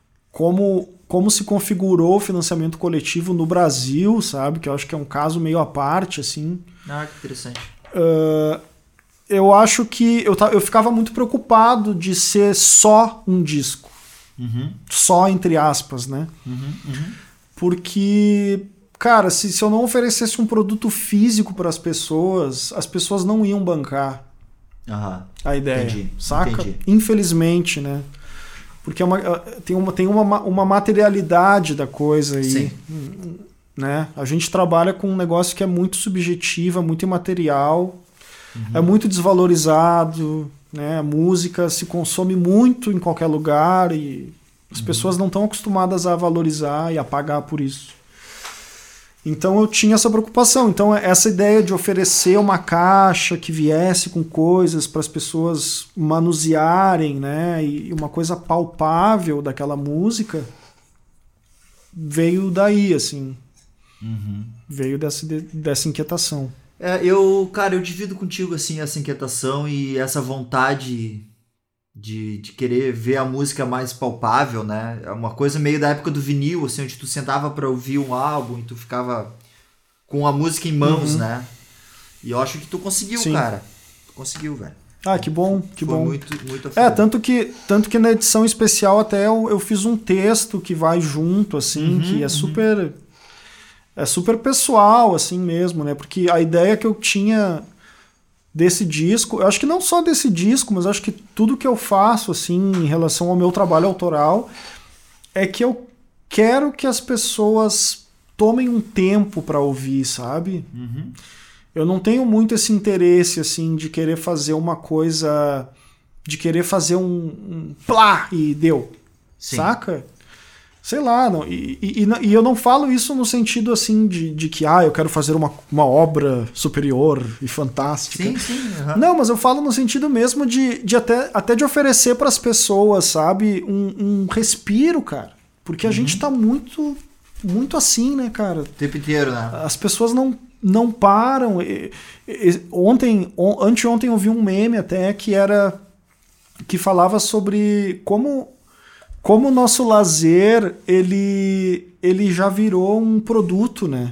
como se configurou o financiamento coletivo no Brasil, sabe? Que eu acho que é um caso meio à parte, assim. Que interessante. Eu acho que eu ficava muito preocupado de ser só um disco. Só entre aspas, né? Porque, cara, se eu não oferecesse um produto físico para as pessoas não iam bancar a ideia. Entendi. Saca? Entendi. Infelizmente, né? Porque tem uma materialidade da coisa aí. Sim. Né? A gente trabalha com um negócio que é muito subjetivo, é muito imaterial. É muito desvalorizado, né? A música se consome muito em qualquer lugar e as pessoas não estão acostumadas a valorizar e a pagar por isso. Então eu tinha essa preocupação. Então essa ideia de oferecer uma caixa que viesse com coisas para as pessoas manusearem, né? E uma coisa palpável daquela música veio daí, assim. Veio dessa inquietação. Eu divido contigo, assim, essa inquietação e essa vontade de querer ver a música mais palpável, né? É uma coisa meio da época do vinil, assim, onde tu sentava pra ouvir um álbum e tu ficava com a música em mãos, né? E eu acho que tu conseguiu, Sim. cara. Tu conseguiu, velho. Que bom, que Foi bom. muito Tanto que na edição especial até eu fiz um texto que vai junto, assim, que é super... É super pessoal, assim mesmo, né? Porque a ideia que eu tinha desse disco, eu acho que não só desse disco, mas acho que tudo que eu faço, assim, em relação ao meu trabalho autoral, é que eu quero que as pessoas tomem um tempo para ouvir, sabe? Eu não tenho muito esse interesse, assim, de querer fazer uma coisa, de querer fazer um plá e deu, Sim. Saca? Sei lá, não, e eu não falo isso no sentido assim de que eu quero fazer uma obra superior e fantástica. Sim. Não, mas eu falo no sentido mesmo de até de oferecer para as pessoas, sabe, um respiro, cara. Porque a gente tá muito, muito assim, né, cara? O tempo inteiro, né? As pessoas não param. Anteontem eu vi um meme até que era que falava sobre como o nosso lazer ele já virou um produto, né?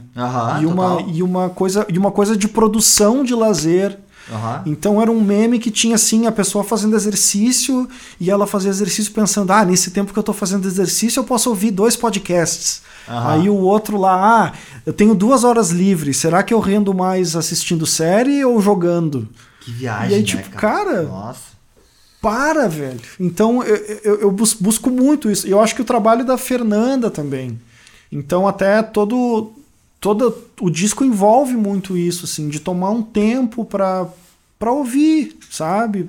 E uma coisa de produção de lazer. Então era um meme que tinha assim a pessoa fazendo exercício e ela fazia exercício pensando, nesse tempo que eu tô fazendo exercício eu posso ouvir 2 podcasts. Aí o outro lá, eu tenho 2 horas livres, será que eu rendo mais assistindo série ou jogando? Que viagem, e aí, né, tipo, cara, nossa. Para, velho. Então eu busco muito isso. Eu acho que o trabalho da Fernanda também. Então até todo o disco envolve muito isso, assim, de tomar um tempo pra ouvir, sabe?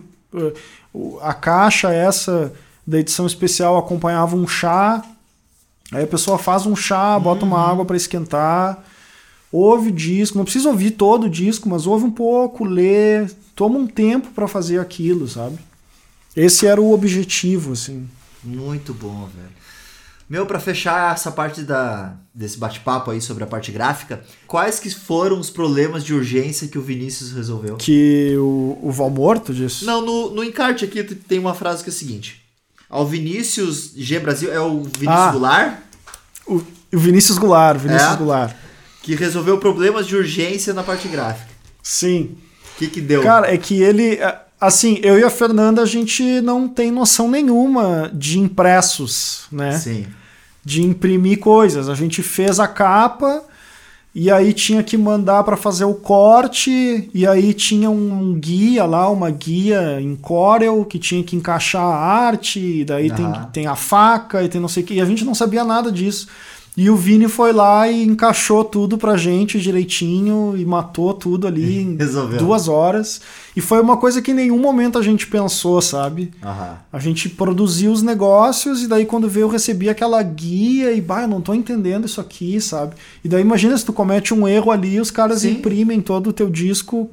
A caixa essa da edição especial acompanhava um chá. Aí a pessoa faz um chá, bota uma água pra esquentar, ouve o disco, não precisa ouvir todo o disco, mas ouve um pouco, lê, toma um tempo pra fazer aquilo, sabe? Esse era o objetivo, assim. Muito bom, velho. Meu, pra fechar essa parte desse bate-papo aí sobre a parte gráfica, quais que foram os problemas de urgência que o Vinícius resolveu? Que o Valmorto disse? Não, no encarte aqui tem uma frase que é a seguinte. Ao Vinícius G Brasil, é o Vinícius Goulart? O Vinícius Goulart, Goulart. Que resolveu problemas de urgência na parte gráfica. Sim. O que deu? Cara, é que ele... Assim, eu e a Fernanda, a gente não tem noção nenhuma de impressos, né? Sim. De imprimir coisas. A gente fez a capa e aí tinha que mandar para fazer o corte e aí tinha um guia lá, uma guia em Corel que tinha que encaixar a arte, e daí tem a faca e tem não sei o que. E a gente não sabia nada disso. E o Vini foi lá e encaixou tudo pra gente direitinho e matou tudo ali em 2 horas. E foi uma coisa que em nenhum momento a gente pensou, sabe? A gente produziu os negócios e daí quando veio eu recebi aquela guia e, eu não tô entendendo isso aqui, sabe? E daí imagina se tu comete um erro ali e os caras imprimem todo o teu disco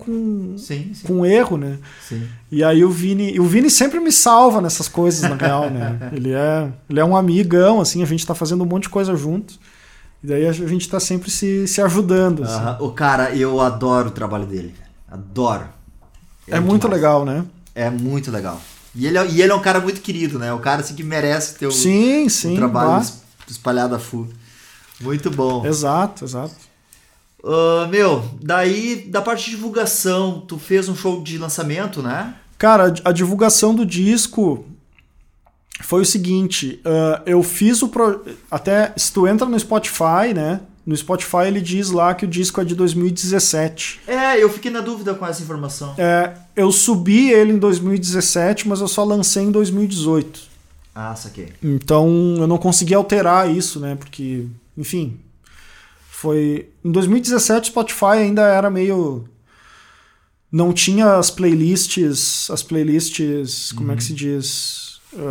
com erro, né? Sim. E aí o Vini sempre me salva nessas coisas, na real, né? Ele é um amigão, assim, a gente tá fazendo um monte de coisa junto. E daí a gente tá sempre se ajudando. Assim. O cara, eu adoro o trabalho dele. Adoro. É muito legal, né? É muito legal. E ele é um cara muito querido, né? O cara assim que merece ter o trabalho espalhado a full. Muito bom. Exato. Daí da parte de divulgação, tu fez um show de lançamento, né? Cara, a divulgação do disco foi o seguinte, eu fiz até se tu entra no Spotify, né? No Spotify ele diz lá que o disco é de 2017. Eu fiquei na dúvida com essa informação. Eu subi ele em 2017, mas eu só lancei em 2018. Saquei. Então eu não consegui alterar isso, né? Porque, enfim, foi... Em 2017 o Spotify ainda era meio... Não tinha as playlists, como é que se diz?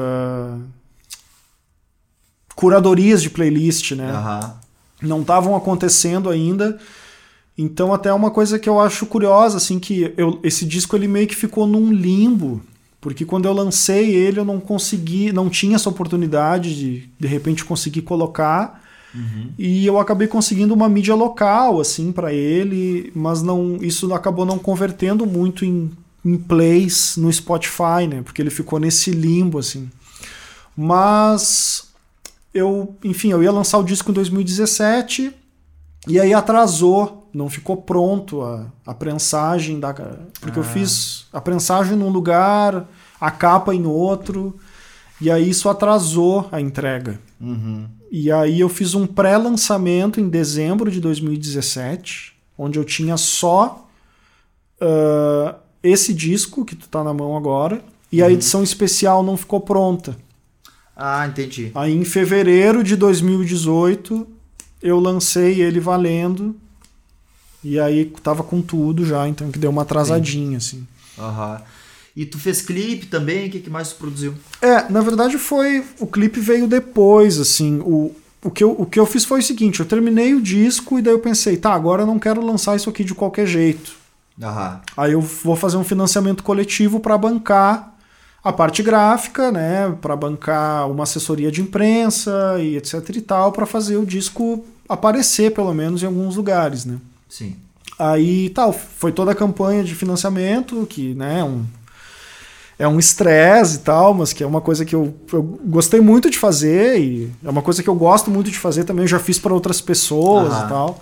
Curadorias de playlist, né? Não estavam acontecendo ainda. Então até uma coisa que eu acho curiosa, assim, que esse disco ele meio que ficou num limbo, porque quando eu lancei ele eu não tinha essa oportunidade de repente conseguir colocar, e eu acabei conseguindo uma mídia local, assim, para ele, mas isso acabou não convertendo muito em plays no Spotify, né, porque ele ficou nesse limbo, assim. Mas eu ia lançar o disco em 2017 e aí atrasou, não ficou pronto a prensagem porque eu fiz a prensagem num lugar, a capa em outro, e aí isso atrasou a entrega. E aí eu fiz um pré-lançamento em dezembro de 2017, onde eu tinha só esse disco que tu tá na mão agora, e a edição especial não ficou pronta. Entendi. Aí em fevereiro de 2018 eu lancei ele valendo, e aí tava com tudo já, então que deu uma atrasadinha, assim. E tu fez clipe também? O que mais tu produziu? Na verdade o clipe veio depois, assim. O que eu fiz foi o seguinte, eu terminei o disco e daí eu pensei, agora eu não quero lançar isso aqui de qualquer jeito. Aí eu vou fazer um financiamento coletivo para bancar a parte gráfica, né, para bancar uma assessoria de imprensa e etc e tal, para fazer o disco aparecer pelo menos em alguns lugares, né. Sim. Aí foi toda a campanha de financiamento, que, né, é um estresse e tal, mas que é uma coisa que eu gostei muito de fazer e é uma coisa que eu gosto muito de fazer também, eu já fiz para outras pessoas e tal.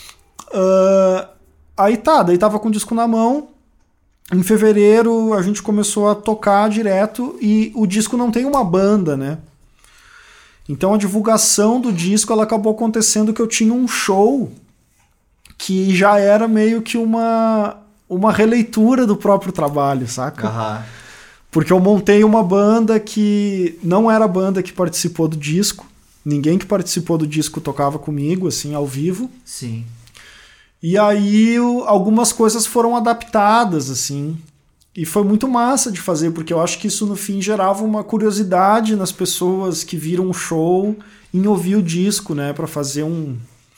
Daí tava com o disco na mão. Em fevereiro a gente começou a tocar direto e o disco não tem uma banda, né? Então a divulgação do disco ela acabou acontecendo que eu tinha um show que já era meio que uma releitura do próprio trabalho, saca? Porque eu montei uma banda que não era a banda que participou do disco, ninguém que participou do disco tocava comigo, assim, ao vivo. Sim. E aí algumas coisas foram adaptadas, assim, e foi muito massa de fazer, porque eu acho que isso no fim gerava uma curiosidade nas pessoas que viram o show em ouvir o disco, né, para fazer um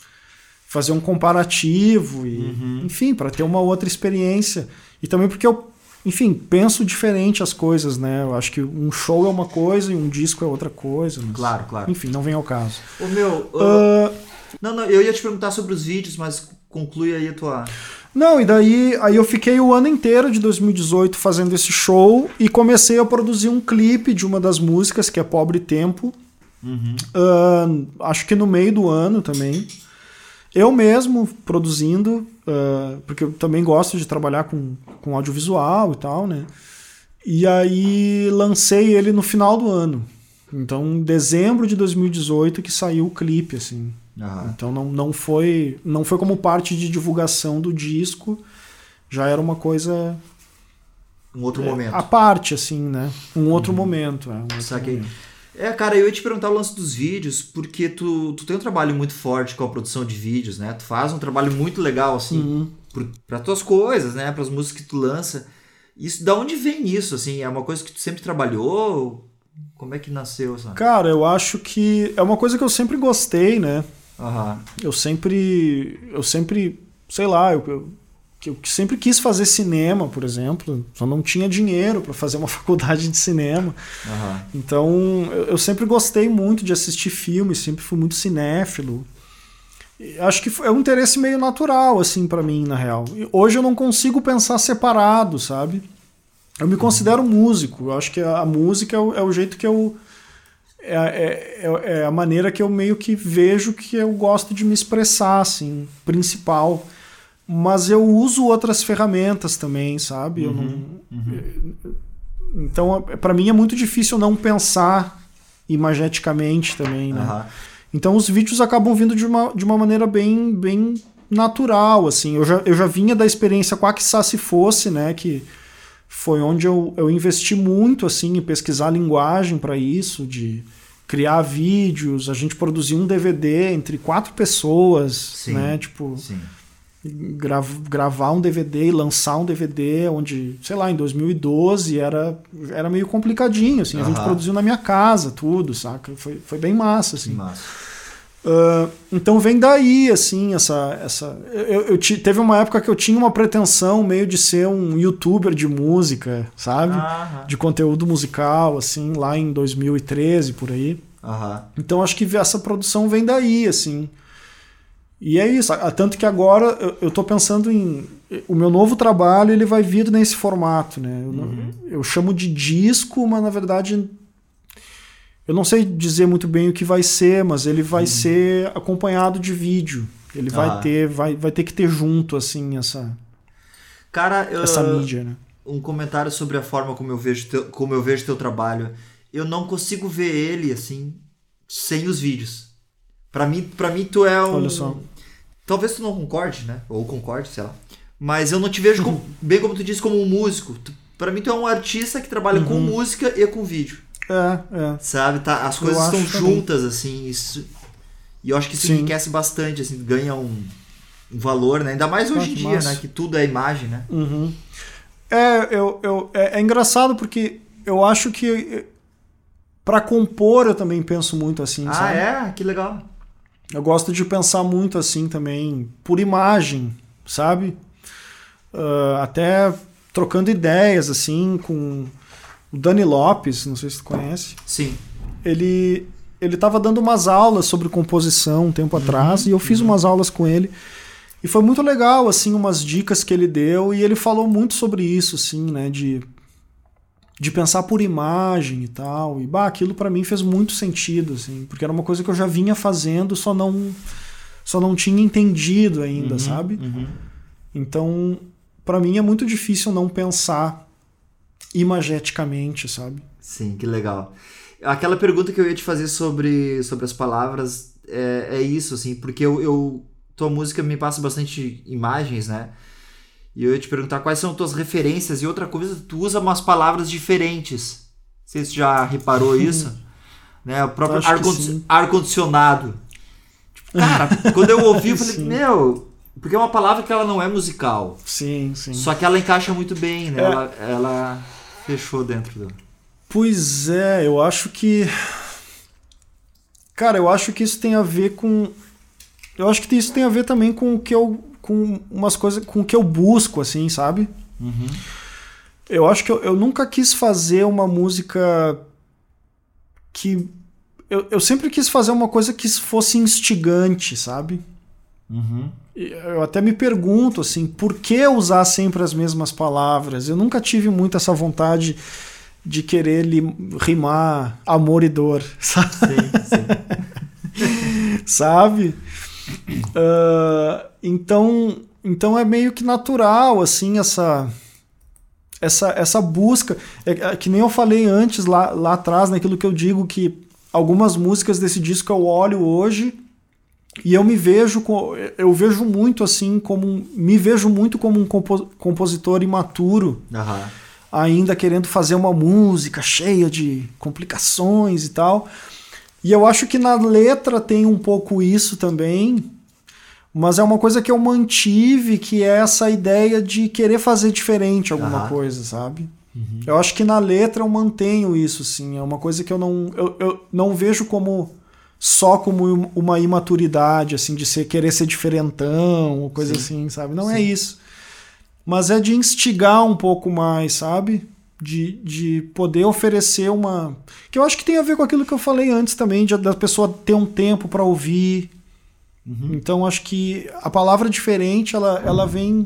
comparativo e, enfim, para ter uma outra experiência. E também porque eu, enfim, penso diferente as coisas, né? Eu acho que um show é uma coisa e um disco é outra coisa. Mas, claro. Enfim, não vem ao caso. Não, eu ia te perguntar sobre os vídeos, mas conclui aí a tua... Não, e daí aí eu fiquei o ano inteiro de 2018 fazendo esse show e comecei a produzir um clipe de uma das músicas, que é Pobre Tempo. Acho que no meio do ano também. Eu mesmo produzindo, porque eu também gosto de trabalhar com audiovisual e tal, né? E aí lancei ele no final do ano. Então, em dezembro de 2018 que saiu o clipe, assim. Então não foi como parte de divulgação do disco, já era uma coisa... Um outro momento. À parte, assim, né? Um outro momento. Saquei. Cara, eu ia te perguntar o lance dos vídeos, porque tu tem um trabalho muito forte com a produção de vídeos, né? Tu faz um trabalho muito legal, assim, para tuas coisas, né? Para as músicas que tu lança. Isso, da onde vem isso, assim? É uma coisa que tu sempre trabalhou? Como é que nasceu, sabe? Cara, eu acho que é uma coisa que eu sempre gostei, né? Eu sempre, sei lá, eu sempre quis fazer cinema, por exemplo, só não tinha dinheiro para fazer uma faculdade de cinema. Então eu sempre gostei muito de assistir filmes, sempre fui muito cinéfilo. E acho que é um interesse meio natural, assim, para mim, na real. E hoje eu não consigo pensar separado, sabe? Eu me considero músico, eu acho que a música é o jeito que eu... É a maneira que eu meio que vejo que eu gosto de me expressar, assim, principal. Mas eu uso outras ferramentas também, sabe? Então, para mim é muito difícil não pensar imageticamente também, né? Então os vídeos acabam vindo de uma maneira bem natural, assim. Eu já vinha da experiência com a Que Se Fosse, né? Que foi onde eu investi muito, assim, em pesquisar linguagem para isso, de criar vídeos. A gente produzia um DVD entre 4 pessoas, né? Tipo... gravar um DVD e lançar um DVD onde, sei lá, em 2012 era meio complicadinho, assim, a gente produziu na minha casa tudo, saca? Foi bem massa, assim. Então vem daí, assim, teve uma época que eu tinha uma pretensão meio de ser um youtuber de música, sabe? De conteúdo musical, assim, lá em 2013, por aí. Então acho que essa produção vem daí, assim. E é isso, tanto que agora eu tô pensando em... O meu novo trabalho, ele vai vir nesse formato, né? Eu chamo de disco, mas na verdade eu não sei dizer muito bem o que vai ser, mas ele vai ser acompanhado de vídeo. Ele vai ter que ter junto, assim, essa mídia, né? Um comentário sobre a forma como eu vejo teu trabalho. Eu não consigo ver ele, assim, sem os vídeos. Pra mim tu é um... Olha só. Talvez tu não concorde, né? Ou concorde, sei lá. Mas eu não te vejo, bem como tu disse, como um músico. Pra mim tu é um artista que trabalha com música e com vídeo. Sabe? Tá, as coisas estão juntas, assim. Isso, e eu acho que isso enriquece bastante, assim. Ganha um valor, né? Ainda mais hoje em dia, né? Que tudo é imagem, né? É engraçado porque eu acho que pra compor eu também penso muito assim, sabe? Que legal. Eu gosto de pensar muito assim também, por imagem, sabe? Até trocando ideias, assim, com o Dani Lopes, não sei se tu conhece. Sim. Ele estava dando umas aulas sobre composição um tempo atrás, e eu fiz umas aulas com ele. E foi muito legal, assim, umas dicas que ele deu, e ele falou muito sobre isso, assim, né? De de pensar por imagem e tal. E aquilo para mim fez muito sentido, assim, porque era uma coisa que eu já vinha fazendo, só não tinha entendido ainda, sabe? Então, para mim é muito difícil não pensar imageticamente, sabe? Sim, que legal. Aquela pergunta que eu ia te fazer sobre as palavras é isso, assim, porque tua música me passa bastante imagens, né? E eu ia te perguntar quais são tuas referências, e outra coisa, tu usa umas palavras diferentes. Não sei se você já reparou isso. Né? O próprio ar-condicionado. Tipo, cara, quando eu ouvi, eu falei, porque é uma palavra que ela não é musical. Sim, sim. Só que ela encaixa muito bem, né? Ela fechou dentro do... Pois é, eu acho que... Cara, eu acho que isso tem a ver com... Eu acho que isso tem a ver também com o que com umas coisas, com o que eu busco, assim, sabe? Eu acho que eu nunca quis fazer uma música que... Eu sempre quis fazer uma coisa que fosse instigante, sabe? Eu até me pergunto, assim, por que usar sempre as mesmas palavras? Eu nunca tive muito essa vontade de querer rimar amor e dor, sabe? Sim. Sabe? Então é meio que natural, assim, essa busca. Que nem eu falei antes, lá atrás, naquilo que eu digo, que algumas músicas desse disco eu olho hoje e eu vejo muito assim, me vejo muito como um compositor imaturo, ainda querendo fazer uma música cheia de complicações e tal. E eu acho que na letra tem um pouco isso também, mas é uma coisa que eu mantive, que é essa ideia de querer fazer diferente alguma coisa, sabe? Eu acho que na letra eu mantenho isso, sim. É uma coisa que eu não vejo só como uma imaturidade, assim, de querer ser diferentão, ou coisa assim, sabe? Não é isso. Mas é de instigar um pouco mais, sabe? De poder oferecer uma... Que eu acho que tem a ver com aquilo que eu falei antes também, da pessoa ter um tempo para ouvir. Então acho que a palavra diferente, ela vem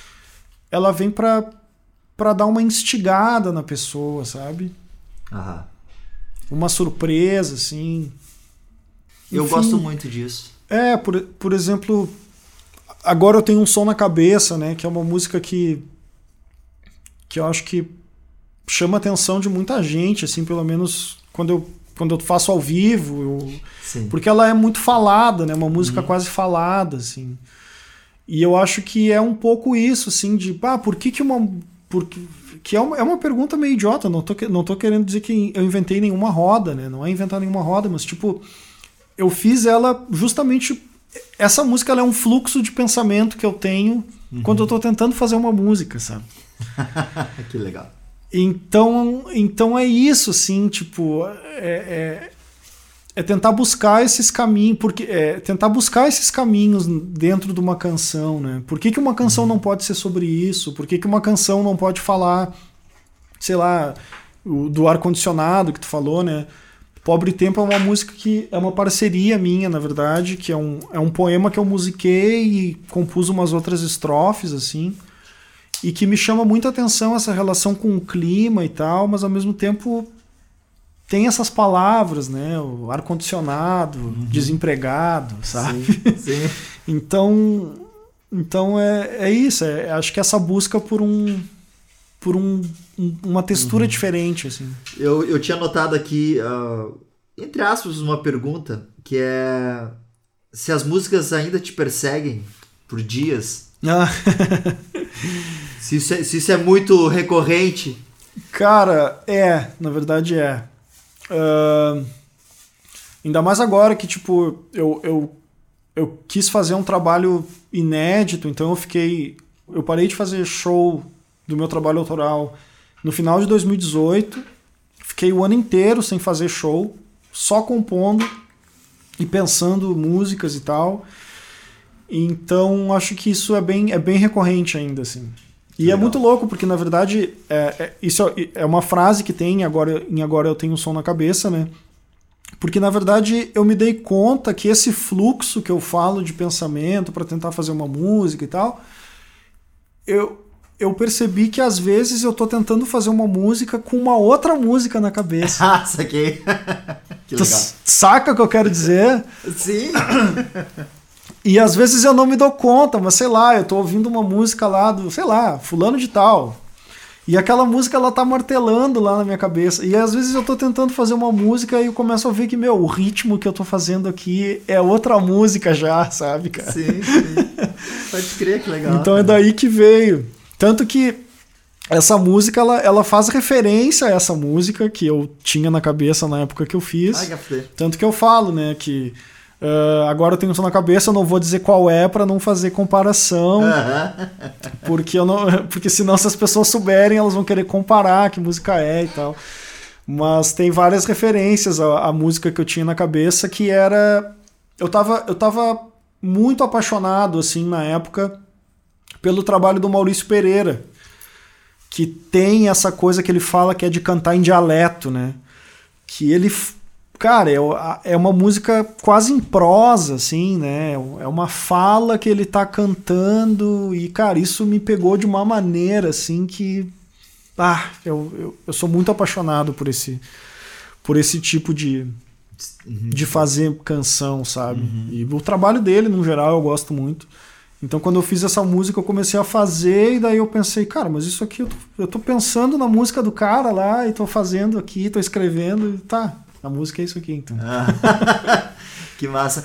para dar uma instigada na pessoa, sabe? Uma surpresa, assim. Eu gosto muito disso. Por exemplo, agora eu tenho um som na cabeça, né? Que é uma música que eu acho que chama a atenção de muita gente, assim, pelo menos quando eu faço ao vivo, porque ela é muito falada, né? Uma música quase falada, assim. E eu acho que é um pouco isso, assim, de por que é uma pergunta meio idiota, não tô querendo dizer que eu inventei nenhuma roda, né? Não é inventar nenhuma roda, mas tipo, eu fiz ela justamente... Essa música ela é um fluxo de pensamento que eu tenho quando eu tô tentando fazer uma música, sabe? Que legal. Então é isso, assim, tipo, é tentar buscar esses caminhos, tentar buscar esses caminhos dentro de uma canção, né? Por que uma canção não pode ser sobre isso? Por que uma canção não pode falar, sei lá, do ar-condicionado que tu falou, né? Pobre Tempo é uma música que é uma parceria minha, na verdade, que é um poema que eu musiquei e compus umas outras estrofes, assim, e que me chama muita atenção essa relação com o clima e tal, mas ao mesmo tempo tem essas palavras, né? O ar-condicionado, desempregado, sabe? Sim. Então é isso. Acho que essa busca por uma textura diferente, assim. Eu tinha notado aqui, entre aspas, uma pergunta, que é se as músicas ainda te perseguem por dias. Se isso é muito recorrente. Cara, na verdade é. Ainda mais agora que, tipo, eu quis fazer um trabalho inédito, então eu parei de fazer show do meu trabalho autoral no final de 2018, fiquei o ano inteiro sem fazer show, só compondo e pensando músicas e tal. Então acho que isso é bem recorrente ainda, assim. E legal. É muito louco, porque na verdade isso é uma frase que tem Agora Eu Tenho um Som na Cabeça, né? Porque na verdade eu me dei conta que esse fluxo que eu falo de pensamento para tentar fazer uma música e tal, eu percebi que às vezes eu tô tentando fazer uma música com uma outra música na cabeça. Ah, saquei. Que legal. Saca o que eu quero dizer? Sim. E às vezes eu não me dou conta, mas sei lá, eu tô ouvindo uma música lá do, sei lá, fulano de tal. E aquela música, ela tá martelando lá na minha cabeça. E às vezes eu tô tentando fazer uma música e eu começo a ver que, o ritmo que eu tô fazendo aqui é outra música já, sabe, cara? Sim. Pode crer, que legal. Então é daí que veio. Tanto que essa música, ela faz referência a essa música que eu tinha na cabeça na época que eu fiz. Tanto que eu falo, né, que agora eu tenho isso na cabeça, eu não vou dizer qual é para não fazer comparação, porque senão se as pessoas souberem, elas vão querer comparar que música é e tal. Mas tem várias referências à música que eu tinha na cabeça, que era... Eu tava muito apaixonado, assim, na época, pelo trabalho do Maurício Pereira, que tem essa coisa que ele fala que é de cantar em dialeto, né? Que ele... Cara, é uma música quase em prosa, assim, né? É uma fala que ele tá cantando e, cara, isso me pegou de uma maneira, assim, que... eu sou muito apaixonado por esse tipo de fazer canção, sabe? E o trabalho dele, no geral, eu gosto muito. Então, quando eu fiz essa música, eu comecei a fazer e daí eu pensei, cara, mas isso aqui, eu tô pensando na música do cara lá e tô fazendo aqui, tô escrevendo e tá... A música é isso aqui, então. Que massa.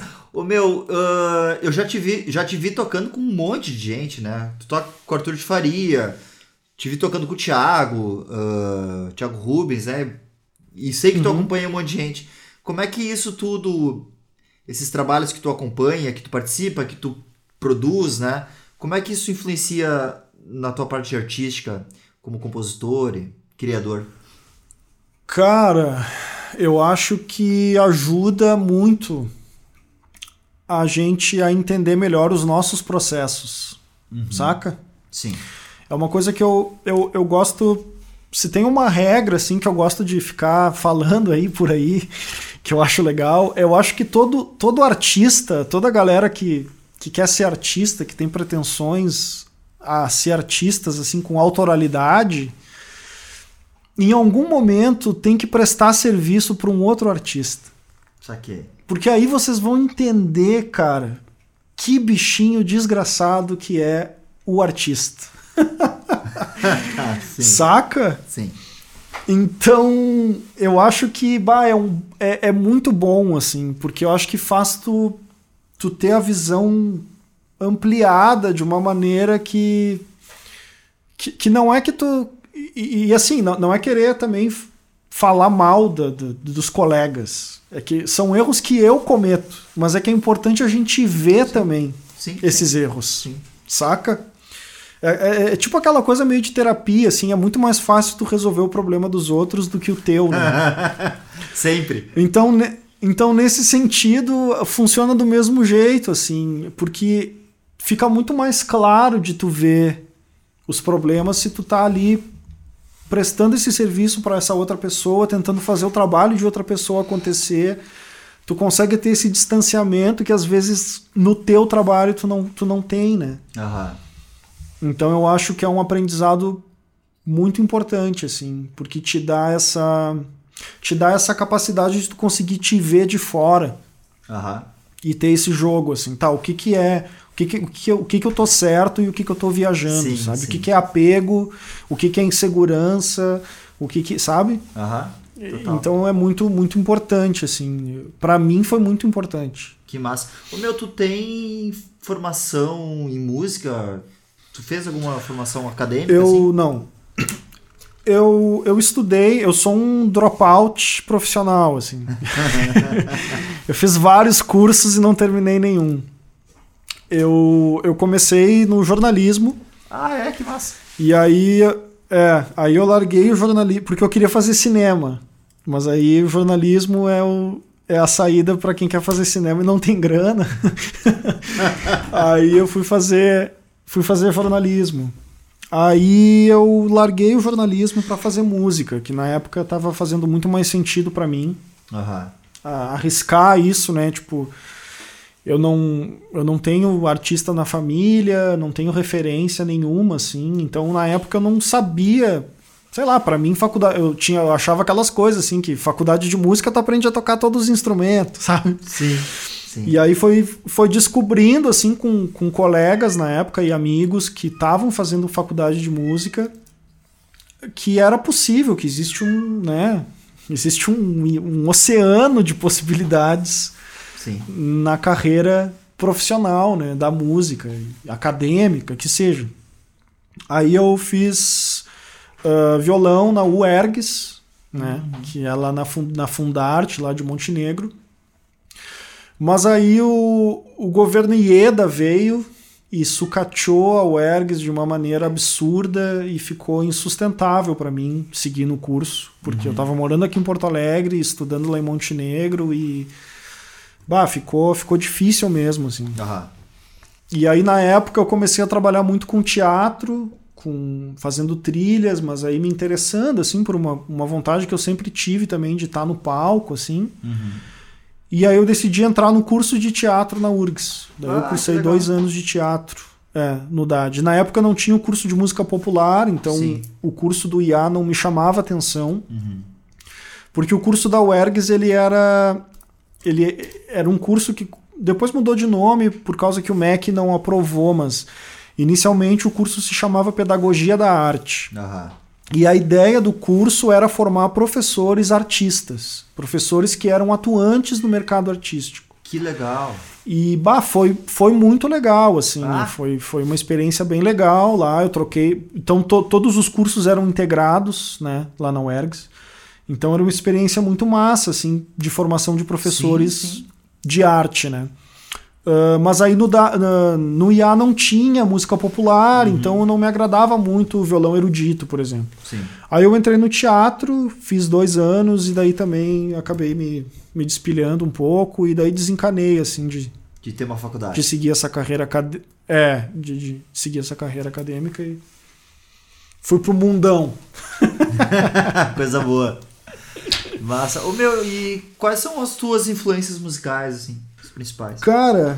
Eu já te vi tocando com um monte de gente, né? Tu toca com o Arthur de Faria, te vi tocando com o Thiago Rubens, né? E sei que tu acompanha um monte de gente. Como é que isso tudo, esses trabalhos que tu acompanha, que tu participa, que tu produz, né? Como é que isso influencia na tua parte artística como compositor e criador? Cara... Eu acho que ajuda muito a gente a entender melhor os nossos processos, saca? Sim. É uma coisa que eu gosto... Se tem uma regra, assim, que eu gosto de ficar falando aí por aí, que eu acho legal, eu acho que todo artista, toda galera que quer ser artista, que tem pretensões a ser artistas, assim, com autoralidade... em algum momento tem que prestar serviço para um outro artista. Saquei. Porque aí vocês vão entender, cara, que bichinho desgraçado que é o artista. Sim. Saca? Sim. Então, eu acho que é muito bom, assim, porque eu acho que faz tu ter a visão ampliada de uma maneira que não é que tu... E assim, não é querer também falar mal dos colegas. É que são erros que eu cometo, mas é que é importante a gente ver também esses erros. Sim. Saca? É tipo aquela coisa meio de terapia, assim, é muito mais fácil tu resolver o problema dos outros do que o teu, né? Sempre. Então, nesse sentido, funciona do mesmo jeito, assim, porque fica muito mais claro de tu ver os problemas se tu tá ali prestando esse serviço para essa outra pessoa, tentando fazer o trabalho de outra pessoa acontecer. Tu consegue ter esse distanciamento que às vezes no teu trabalho tu não tem, né? Então eu acho que é um aprendizado muito importante, assim, porque te dá essa capacidade de tu conseguir te ver de fora e ter esse jogo, assim, tá, o que é... O que eu tô certo e o que eu tô viajando, sabe? Sim. O que é apego, o que é insegurança, sabe? Total. Então é muito, muito importante, assim. Pra mim foi muito importante. Que massa. Tu tem formação em música? Tu fez alguma formação acadêmica? Não. Eu estudei, eu sou um dropout profissional, assim. Eu fiz vários cursos e não terminei nenhum. Eu comecei no jornalismo. Que massa. E aí eu larguei o jornalismo, porque eu queria fazer cinema. Mas aí o jornalismo é a saída para quem quer fazer cinema e não tem grana. Aí eu fui fazer jornalismo. Aí eu larguei o jornalismo para fazer música, que na época estava fazendo muito mais sentido para mim. Arriscar isso, né? Tipo... eu não tenho artista na família, não tenho referência nenhuma, assim. Então, na época, eu não sabia... Sei lá, pra mim, faculdade... Eu achava aquelas coisas, assim, que faculdade de música tu aprende a tocar todos os instrumentos, sabe? Sim. E aí foi descobrindo, assim, com colegas na época e amigos que estavam fazendo faculdade de música, que era possível, que existe um oceano de possibilidades na carreira profissional, né, da música, acadêmica, que seja. Aí eu fiz violão na UERGS, né, que é lá na Fundarte, lá de Montenegro. Mas aí o governo Ieda veio e sucateou a UERGS de uma maneira absurda e ficou insustentável para mim seguir no curso, porque eu estava morando aqui em Porto Alegre, estudando lá em Montenegro e ficou difícil mesmo, assim. E aí na época eu comecei a trabalhar muito com teatro, fazendo trilhas, mas aí me interessando assim por uma vontade que eu sempre tive também de estar no palco, assim. E aí eu decidi entrar no curso de teatro na URGS. Daí eu cursei 2 anos de teatro no DAD. Na época não tinha o curso de música popular, então o curso do IA não me chamava atenção. Porque o curso da UERGS ele era um curso que depois mudou de nome por causa que o MEC não aprovou, mas inicialmente o curso se chamava Pedagogia da Arte. E a ideia do curso era formar professores artistas, professores que eram atuantes no mercado artístico. Que legal! E foi muito legal, assim, foi uma experiência bem legal lá. Eu troquei, então todos os cursos eram integrados, né, lá na UERGS. Então era uma experiência muito massa, assim, de formação de professores de arte, né? Mas aí no IA não tinha música popular, então não me agradava muito o violão erudito, por exemplo. Aí eu entrei no teatro, fiz 2 anos e daí também acabei me despilhando um pouco e daí desencanei, assim, de ter uma faculdade. De seguir essa carreira de seguir essa carreira acadêmica e fui pro mundão. Coisa boa. Massa. E quais são as tuas influências musicais, assim? Principais? Cara,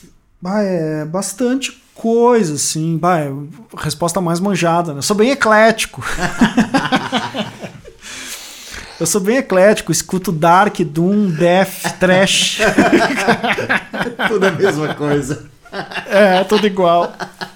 é bastante coisa, assim. Resposta mais manjada, né? Eu sou bem eclético. Escuto dark, doom, death, trash. Tudo a mesma coisa. Tudo igual.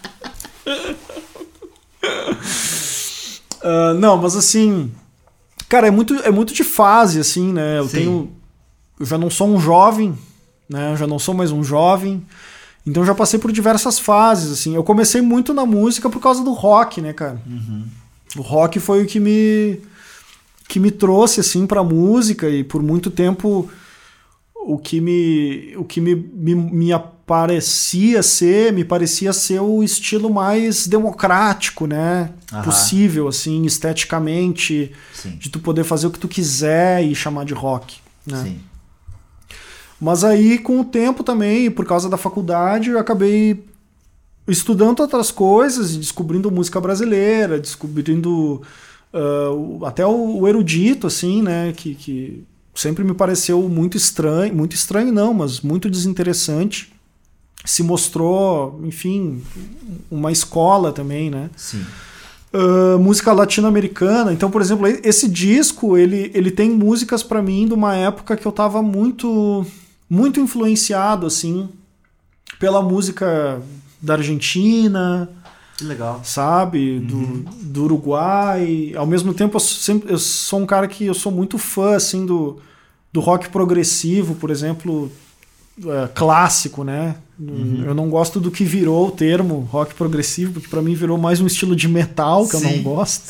Não, mas assim... Cara, é muito de fase, assim, né? Eu já não sou um jovem... Né? Eu já não sou mais um jovem, então já passei por diversas fases, assim. Eu comecei muito na música por causa do rock, né, cara? O rock foi o que me trouxe, assim, pra música, e por muito tempo o que me parecia ser o estilo mais democrático, né? Possível, assim, esteticamente, de tu poder fazer o que tu quiser e chamar de rock, né? Mas aí, com o tempo também, por causa da faculdade, eu acabei estudando outras coisas e descobrindo música brasileira, descobrindo até o erudito, assim, né, que sempre me pareceu muito estranho não, mas muito desinteressante. Se mostrou, enfim, uma escola também, né? Música latino-americana. Então, por exemplo, esse disco, ele tem músicas pra mim de uma época que eu tava muito influenciado, assim, pela música da Argentina. Que legal. Sabe? Do Uruguai. Ao mesmo tempo, eu sou um cara que eu sou muito fã, assim, do rock progressivo, por exemplo, clássico, né? Eu não gosto do que virou o termo rock progressivo, porque pra mim virou mais um estilo de metal, que eu não gosto.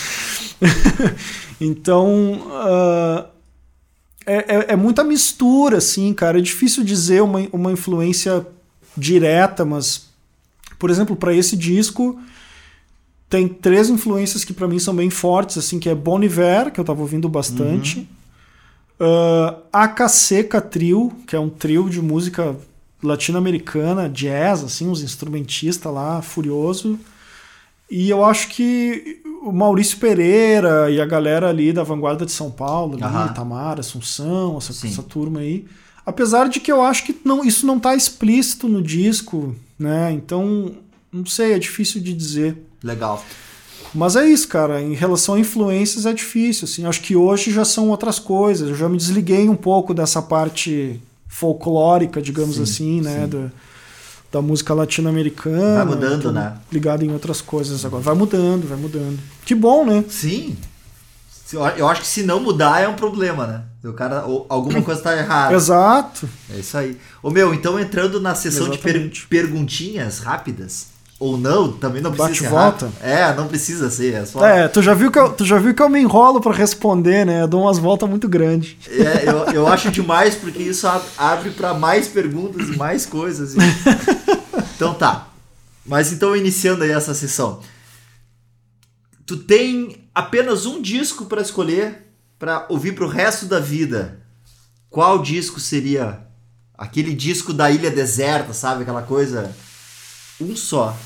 Então, é muita mistura, assim, cara. É difícil dizer uma influência direta, mas, por exemplo, para esse disco tem 3 influências que para mim são bem fortes, assim, que é Bon Iver, que eu tava ouvindo bastante, AKC Trio, que é um trio de música latino-americana, jazz, assim, uns instrumentistas lá, furioso. E eu acho que o Maurício Pereira e a galera ali da Vanguarda de São Paulo, ali, Tamara, Assunção, essa turma aí. Apesar de que eu acho que isso não tá explícito no disco, né? Então, não sei, é difícil de dizer. Legal. Mas é isso, cara. Em relação a influências é difícil, assim. Acho que hoje já são outras coisas. Eu já me desliguei um pouco dessa parte folclórica, digamos assim, né? Da música latino-americana. Vai mudando, né? Ligado em outras coisas agora. Vai mudando, vai mudando. Que bom, né? Sim. Eu acho que se não mudar é um problema, né? O cara, alguma coisa tá errada. Exato. É isso aí. Ô meu, então entrando na sessão Exatamente. de perguntinhas rápidas, ou não, também não precisa ser Bate-volta. rápido. Não precisa ser, é só... Tu já viu que eu me enrolo pra responder, né? Eu dou umas voltas muito grandes. Eu acho demais, porque isso abre pra mais perguntas e mais coisas. Então tá. Mas então, iniciando aí essa sessão. Tu tem apenas um disco pra escolher pra ouvir pro resto da vida. Qual disco seria? Aquele disco da ilha deserta, sabe? Aquela coisa... Um só.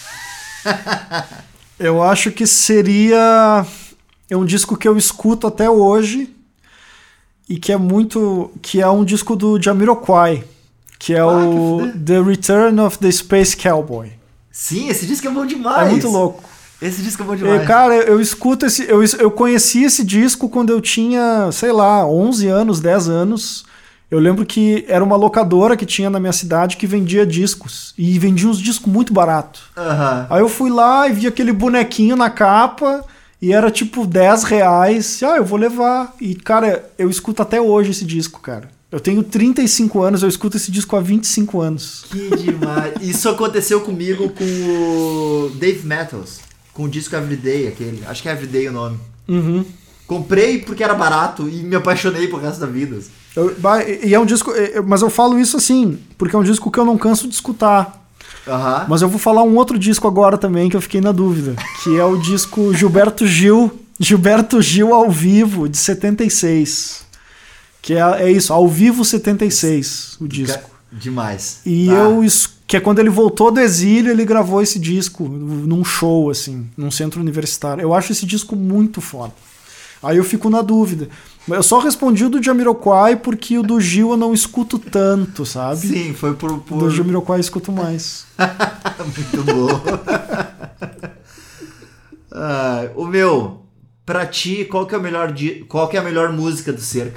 Eu acho que seria... É um disco que eu escuto até hoje e que é um disco do Jamiroquai, que é o The Return of the Space Cowboy. Sim, esse disco é bom demais. É muito louco. Esse disco é bom demais. Cara, eu escuto eu conheci esse disco quando eu tinha, sei lá, 11 anos, 10 anos. Eu lembro que era uma locadora que tinha na minha cidade que vendia discos. E vendia uns discos muito baratos. Uhum. Aí eu fui lá e vi aquele bonequinho na capa e era tipo 10 reais. Eu vou levar. E, cara, eu escuto até hoje esse disco, cara. Eu tenho 35 anos, eu escuto esse disco há 25 anos. Que demais. Isso aconteceu comigo com o Dave Matthews, com o disco Everyday, aquele. Acho que é Everyday o nome. Uhum. Comprei porque era barato e me apaixonei pro resto da vida. E é um disco, mas eu falo isso assim, porque é um disco que eu não canso de escutar. Uhum. Mas eu vou falar um outro disco agora também que eu fiquei na dúvida, que é o disco Gilberto Gil ao vivo, de 76. Que é isso, ao vivo 76, o disco. Demais. E que é quando ele voltou do exílio, ele gravou esse disco num show, assim, num centro universitário. Eu acho esse disco muito foda. Aí eu fico na dúvida. Eu só respondi o do Jamiroquai porque o do Gil eu não escuto tanto, sabe? Sim, foi por... O do Jamiroquai eu escuto mais. Muito bom. O meu, pra ti, qual que é a melhor música do Cerca?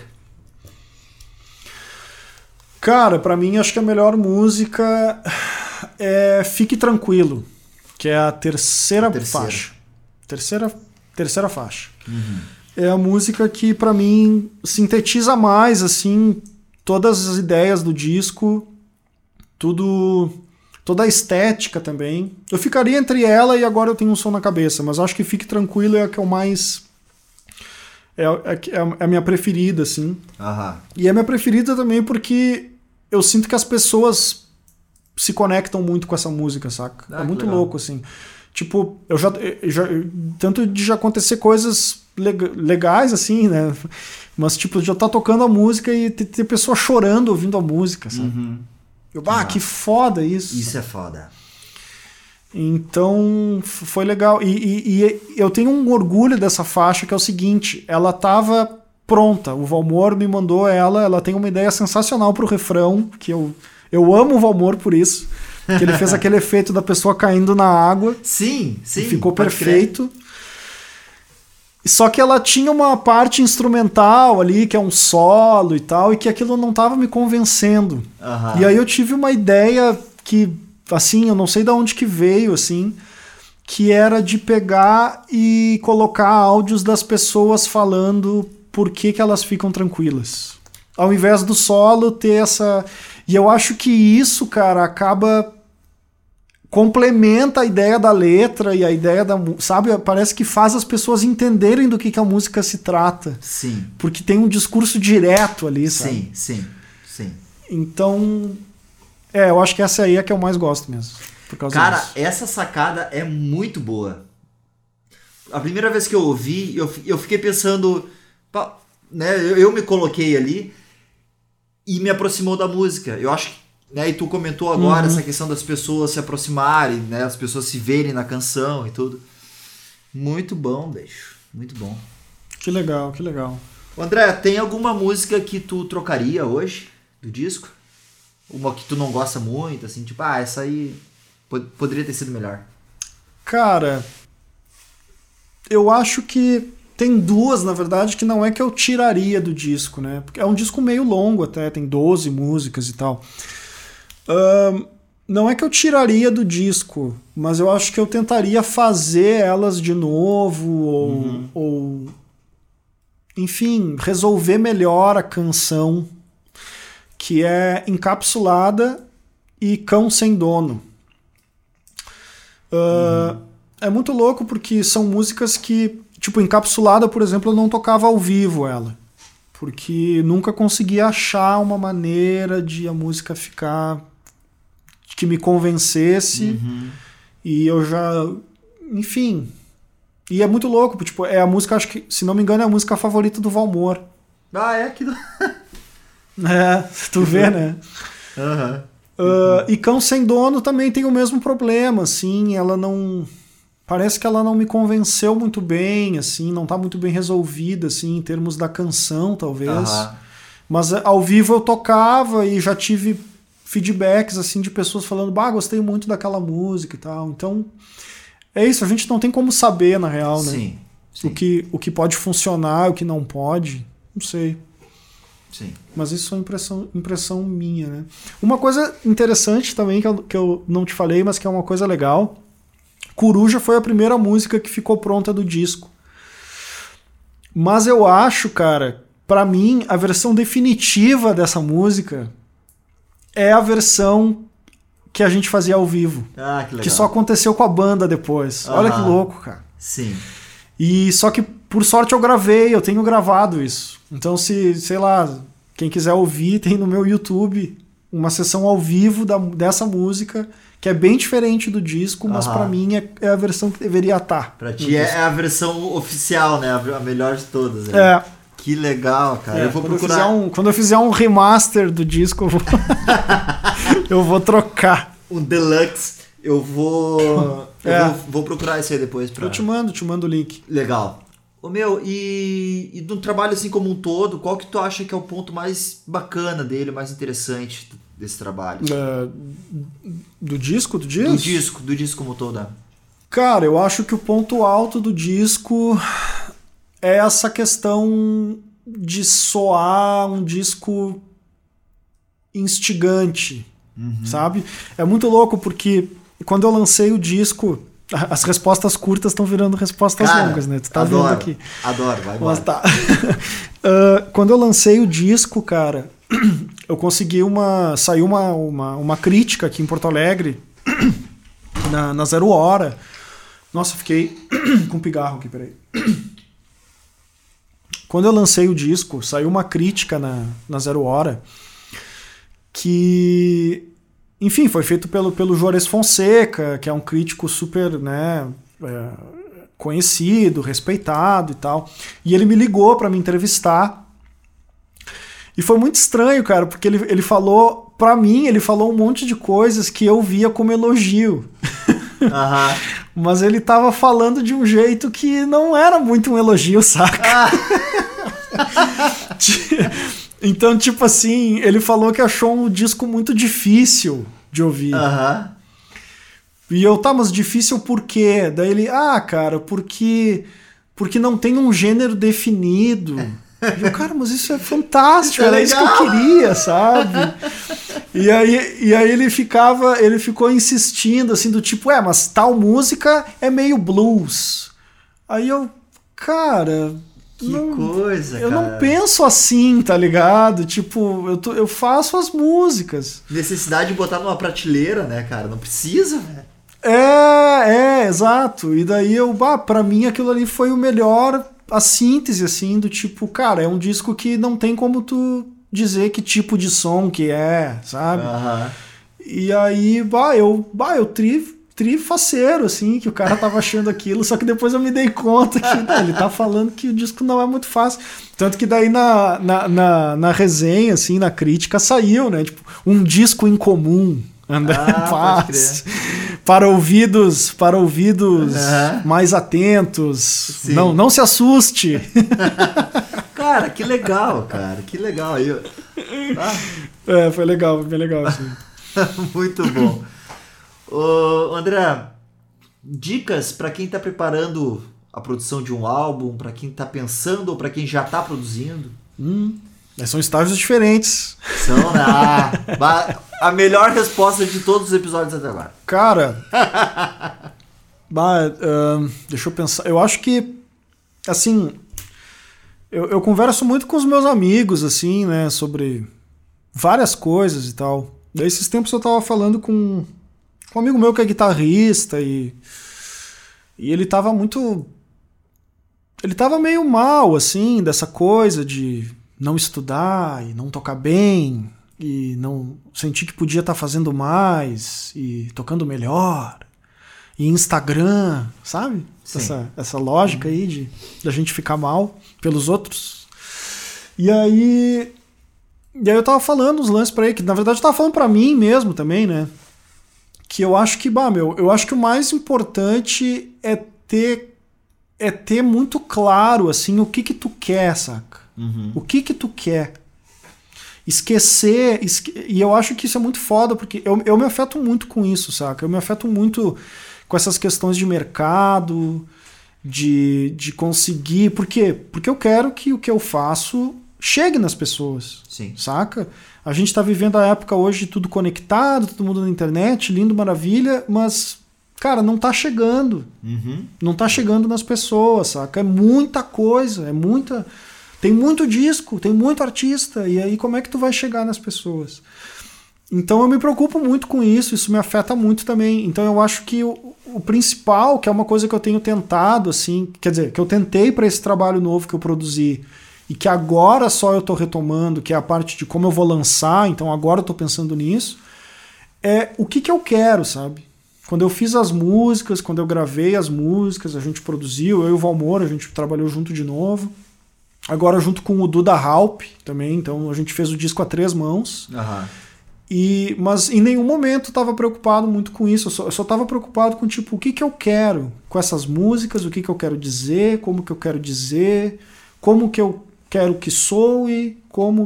Cara, pra mim acho que a melhor música é Fique Tranquilo, que é a terceira faixa. Terceira faixa. Uhum. É a música que pra mim sintetiza mais assim todas as ideias do disco, toda a estética também. Eu ficaria entre ela e Agora Eu Tenho um Som na Cabeça, mas acho que Fique Tranquilo é a que eu mais... É a minha preferida, assim. Uhum. E é a minha preferida também porque eu sinto que as pessoas se conectam muito com essa música, saca? É muito louco, assim. Tipo, eu já tanto de já acontecer coisas legais, assim, né? Mas, tipo, já tá tocando a música e ter pessoa chorando ouvindo a música, sabe? Uhum. Que foda isso. Isso é foda. Então, foi legal. E eu tenho um orgulho dessa faixa, que é o seguinte, ela tava pronta. O Valmor me mandou ela tem uma ideia sensacional pro refrão, que eu amo o Valmor por isso, que ele fez aquele efeito da pessoa caindo na água. Sim. E ficou perfeito. Só que ela tinha uma parte instrumental ali, que é um solo e tal, e que aquilo não tava me convencendo. Uhum. E aí eu tive uma ideia que, assim, eu não sei de onde que veio, assim, que era de pegar e colocar áudios das pessoas falando por que elas ficam tranquilas. Ao invés do solo ter essa... E eu acho que isso, cara, complementa a ideia da letra e a ideia da... Sabe? Parece que faz as pessoas entenderem do que a música se trata. Sim. Porque tem um discurso direto ali, sabe? Sim. Então... eu acho que essa aí é a que eu mais gosto mesmo. Por causa disso. Essa sacada é muito boa. A primeira vez que eu ouvi, eu fiquei pensando... Né, eu me coloquei ali e me aproximou da música. Eu acho que, né, e tu comentou agora essa questão das pessoas se aproximarem, né, as pessoas se verem na canção e tudo. Muito bom, bicho. Muito bom. Que legal. André, tem alguma música que tu trocaria hoje do disco? Uma que tu não gosta muito, assim, tipo, essa aí poderia ter sido melhor. Cara, eu acho que tem duas, na verdade, que não é que eu tiraria do disco, né? Porque é um disco meio longo até, tem 12 músicas e tal. Não é que eu tiraria do disco, mas eu acho que eu tentaria fazer elas de novo, ou enfim, resolver melhor a canção, que é Encapsulada e Cão Sem Dono. É muito louco porque são músicas que, tipo, Encapsulada, por exemplo, eu não tocava ao vivo ela, porque nunca conseguia achar uma maneira de a música ficar, que me convencesse, e eu já, enfim, e é muito louco, tipo, é a música, acho que, se não me engano, é a música favorita do Valmor. Tu vê, né? E Cão Sem Dono também tem o mesmo problema, assim, ela não... Parece que ela não me convenceu muito bem, assim, não tá muito bem resolvida, assim, em termos da canção, talvez. Mas ao vivo eu tocava e já tive feedbacks, assim, de pessoas falando, gostei muito daquela música e tal. Então, é isso, a gente não tem como saber, na real, né? Sim. O que pode funcionar, o que não pode, não sei. Sim. Mas isso é impressão minha, né? Uma coisa interessante também, que eu não te falei, mas que é uma coisa legal, Coruja foi a primeira música que ficou pronta do disco. Mas eu acho, cara, pra mim, a versão definitiva dessa música é a versão que a gente fazia ao vivo. Que legal. Que só aconteceu com a banda depois. Olha que louco, cara. Sim. E só que, por sorte, eu tenho gravado isso. Então, sei lá, quem quiser ouvir, tem no meu YouTube uma sessão ao vivo dessa música, que é bem diferente do disco, mas pra mim é a versão que deveria estar. Pra ti é a versão oficial, né? A melhor de todas. Né? Que legal, cara. Eu vou procurar. Quando eu fizer um remaster do disco, eu vou trocar. Um deluxe. Eu vou procurar isso aí depois. Eu te mando o link. Legal. E no trabalho assim como um todo, qual que tu acha que é o ponto mais bacana dele, mais interessante desse trabalho? Do disco? Do disco como todo. Cara, eu acho que o ponto alto do disco é essa questão de soar um disco instigante, sabe? É muito louco porque quando eu lancei o disco, as respostas curtas estão virando respostas longas, né? Tu tá vendo aqui. Adoro, vai embora. Mas tá. Quando eu lancei o disco, cara, eu consegui saiu uma crítica aqui em Porto Alegre, na Zero Hora. Nossa, fiquei com pigarro aqui, peraí. Quando eu lancei o disco, saiu uma crítica na Zero Hora que, enfim, foi feito pelo Juarez Fonseca, que é um crítico super, né, conhecido, respeitado e tal. E ele me ligou para me entrevistar. E foi muito estranho, cara, porque ele falou, pra mim, ele falou um monte de coisas que eu via como elogio. Mas ele tava falando de um jeito que não era muito um elogio, saca? Então, tipo assim, ele falou que achou um disco muito difícil de ouvir. E eu, mas difícil por quê? Daí ele, cara, porque não tem um gênero definido. E eu, cara, mas isso é fantástico, era isso que eu queria, sabe? E aí ele ficou insistindo, assim, do tipo, mas tal música é meio blues. Aí eu, cara... coisa, eu não penso assim, tá ligado? Tipo, eu faço as músicas. Necessidade de botar numa prateleira, né, cara? Não precisa, velho. Exato. E daí pra mim aquilo ali foi o melhor, a síntese, assim, do tipo, cara, é um disco que não tem como tu dizer que tipo de som que é, sabe? E aí, eu faceiro, assim, que o cara tava achando aquilo, só que depois eu me dei conta que ele tá falando que o disco não é muito fácil. Tanto que daí na resenha, assim, na crítica, saiu, né? Tipo, um disco incomum, andar em paz, para ouvidos mais atentos, não se assuste. Cara, que legal, cara, que legal. Foi legal, bem legal. Assim. Muito bom. Ô, André, dicas para quem está preparando a produção de um álbum, para quem está pensando ou para quem já está produzindo? São estágios diferentes. São, a melhor resposta de todos os episódios até agora. Cara, deixa eu pensar. Eu acho que, assim, eu converso muito com os meus amigos, assim, né, sobre várias coisas e tal. Daí, esses tempos eu tava falando com um amigo meu que é guitarrista e ele tava meio mal, assim, dessa coisa de não estudar e não tocar bem e não sentir que podia estar fazendo mais e tocando melhor e Instagram, sabe? Essa lógica aí de a gente ficar mal pelos outros. E aí eu tava falando uns lances pra ele, que na verdade eu tava falando pra mim mesmo também, né? Que eu acho que, eu acho que o mais importante é ter muito claro, assim, o que tu quer, saca? O que tu quer. E eu acho que isso é muito foda, porque eu me afeto muito com isso, saca? Eu me afeto muito com essas questões de mercado, de conseguir... Por quê? Porque eu quero que o que eu faço chegue nas pessoas, saca? A gente tá vivendo a época hoje de tudo conectado, todo mundo na internet, lindo, maravilha, mas... Cara, não tá chegando. Não tá chegando nas pessoas, saca? É muita coisa, tem muito disco, tem muito artista, e aí como é que tu vai chegar nas pessoas? Então eu me preocupo muito com isso me afeta muito também. Então eu acho que o principal, que é uma coisa que eu tenho tentado, assim, quer dizer, que eu tentei para esse trabalho novo que eu produzi, e que agora só eu tô retomando, que é a parte de como eu vou lançar, então agora eu tô pensando nisso, é o que eu quero, sabe? Quando eu fiz as músicas, quando eu gravei as músicas, a gente produziu, eu e o Valmor, a gente trabalhou junto de novo. Agora junto com o Duda Halp também, então a gente fez o disco a 3 mãos. Mas em nenhum momento eu estava preocupado muito com isso, eu só estava preocupado com tipo, o que eu quero com essas músicas, o que eu quero dizer, como que eu quero dizer, como que eu quero que soe,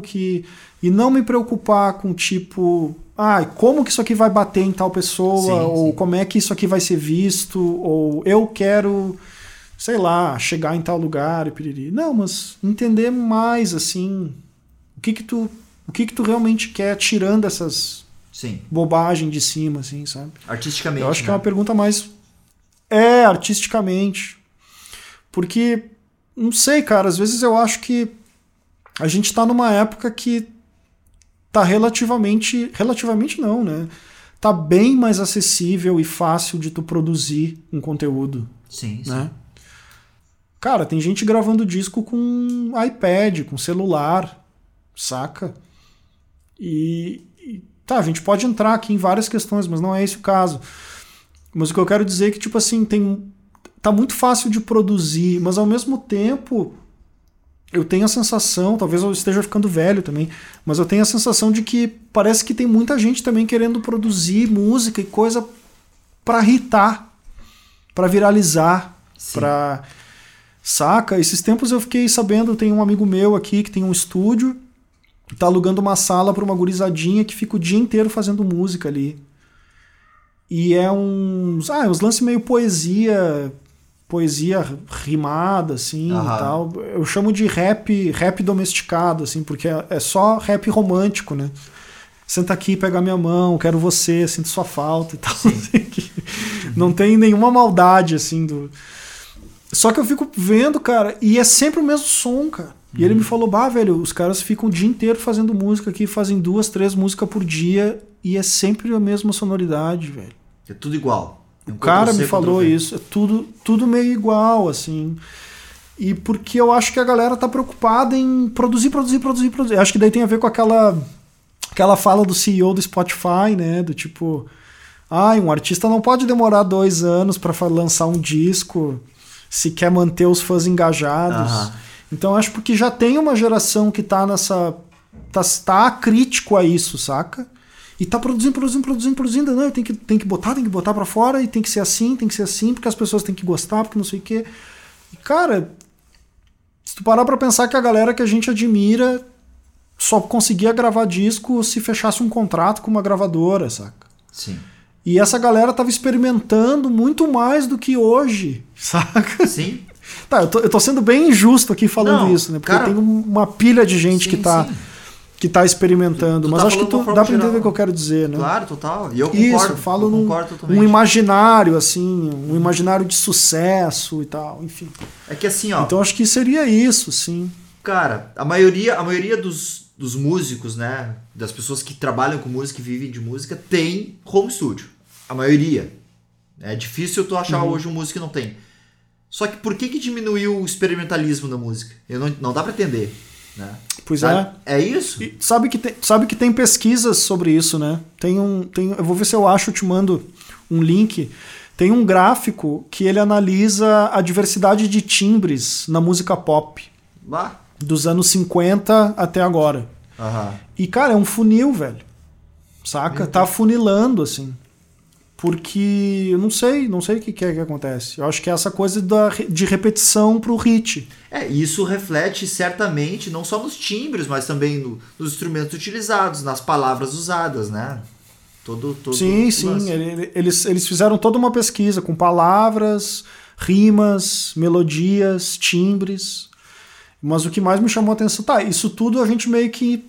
e não me preocupar com tipo... como que isso aqui vai bater em tal pessoa, ou como é que isso aqui vai ser visto, ou eu quero, sei lá, chegar em tal lugar e piriri. Não, mas entender mais, assim, o que tu realmente quer, tirando essas bobagens de cima, assim, sabe? Artisticamente, eu acho que é uma pergunta mais... artisticamente. Porque, não sei, cara, às vezes eu acho que a gente tá numa época que tá relativamente não, né? Tá bem mais acessível e fácil de tu produzir um conteúdo. Né? Cara, tem gente gravando disco com iPad, com celular, saca? A gente pode entrar aqui em várias questões, mas não é esse o caso. Mas o que eu quero dizer é que, tipo assim, tá muito fácil de produzir, mas ao mesmo tempo... Eu tenho a sensação, talvez eu esteja ficando velho também, mas eu tenho a sensação de que parece que tem muita gente também querendo produzir música e coisa pra irritar, pra viralizar, pra... Saca? Esses tempos eu fiquei sabendo, tem um amigo meu aqui que tem um estúdio, tá alugando uma sala pra uma gurizadinha que fica o dia inteiro fazendo música ali. E é uns lances meio poesia rimada, assim, e tal. Eu chamo de rap domesticado, assim, porque é só rap romântico, né? Senta aqui, pega minha mão, quero você, sinto sua falta e tal. Assim, não tem nenhuma maldade, assim, Só que eu fico vendo, cara, e é sempre o mesmo som, cara. E ele me falou, velho, os caras ficam o dia inteiro fazendo música aqui, fazem 2, 3 músicas por dia, e é sempre a mesma sonoridade, velho. É tudo igual. O cara me falou isso, é tudo meio igual, assim. E porque eu acho que a galera tá preocupada em produzir. Acho que daí tem a ver com aquela fala do CEO do Spotify, né? Do tipo, um artista não pode demorar 2 anos para lançar um disco se quer manter os fãs engajados. Então acho porque já tem uma geração que tá tá crítico a isso, saca? E tá produzindo. Não, tem que botar pra fora, e tem que ser assim, porque as pessoas têm que gostar, porque não sei o quê. E, cara, se tu parar pra pensar que a galera que a gente admira só conseguia gravar disco se fechasse um contrato com uma gravadora, saca? Sim. E essa galera tava experimentando muito mais do que hoje, saca? Sim. Tá, eu tô sendo bem injusto aqui falando isso, né? Porque cara, tem uma pilha de gente sim, que tá experimentando. Mas tá acho que dá pra entender o que eu quero dizer, né? Claro, total. E eu Isso, concordo. eu falo totalmente. um imaginário, assim, um imaginário de sucesso e tal, enfim. É que assim, ó. Então acho que seria isso, sim. Cara, a maioria dos músicos, né? Das pessoas que trabalham com música e vivem de música, tem home studio. A maioria. É difícil tu achar hoje um músico que não tem. Só que por que diminuiu o experimentalismo da música? Não dá pra entender, né? Pois sabe? É isso? E sabe que tem pesquisas sobre isso, né? Eu vou ver se eu acho, eu te mando um link. Tem um gráfico que ele analisa a diversidade de timbres na música pop. Dos anos 50 até agora. E, cara, é um funil, velho. Saca? Tá funilando, assim. Porque eu não sei o que é que acontece. Eu acho que é essa coisa de repetição pro hit. Isso reflete certamente não só nos timbres, mas também nos instrumentos utilizados, nas palavras usadas, né? Sim. Eles fizeram toda uma pesquisa com palavras, rimas, melodias, timbres. Mas o que mais me chamou a atenção... Tá, isso tudo a gente meio que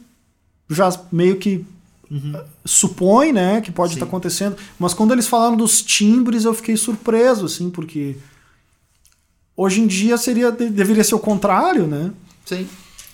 supõe, né, que pode estar acontecendo, mas quando eles falaram dos timbres eu fiquei surpreso, assim, porque hoje em dia deveria ser o contrário, né? Sim.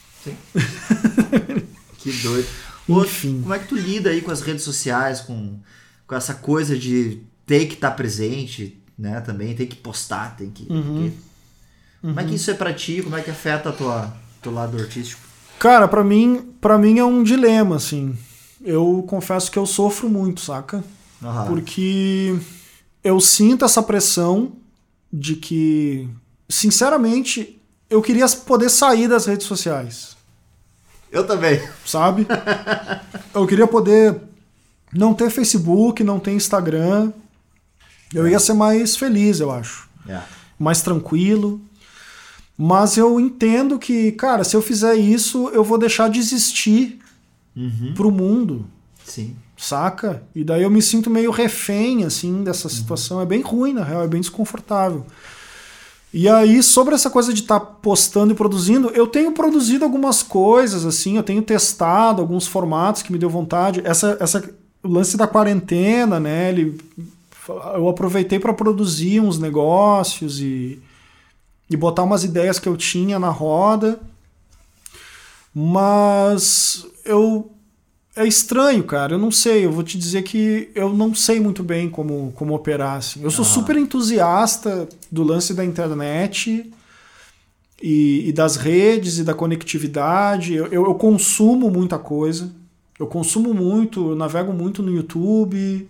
Que doido. Enfim. Como é que tu lida aí com as redes sociais, com essa coisa de ter que estar presente, né, também, tem que postar, tem que... Como é que isso é pra ti? Como é que afeta teu lado artístico? Cara, pra mim é um dilema, assim. Eu confesso que eu sofro muito, saca? Porque eu sinto essa pressão de que, sinceramente, eu queria poder sair das redes sociais. Eu também. Sabe? Eu queria poder não ter Facebook, não ter Instagram. Eu ia ser mais feliz, eu acho. Mais tranquilo. Mas eu entendo que, cara, se eu fizer isso, eu vou deixar de existir pro mundo. Sim. Saca? E daí eu me sinto meio refém, assim, dessa situação. É bem ruim, na real, é bem desconfortável. E aí, sobre essa coisa de estar postando e produzindo, eu tenho produzido algumas coisas, assim, eu tenho testado alguns formatos que me deu vontade. O lance da quarentena, né? Eu aproveitei para produzir uns negócios e botar umas ideias que eu tinha na roda. Mas é estranho, cara. Eu não sei. Eu vou te dizer que eu não sei muito bem como operar. Assim. Eu sou super entusiasta do lance da internet e das redes e da conectividade. Eu consumo muita coisa. Eu consumo muito, eu navego muito no YouTube.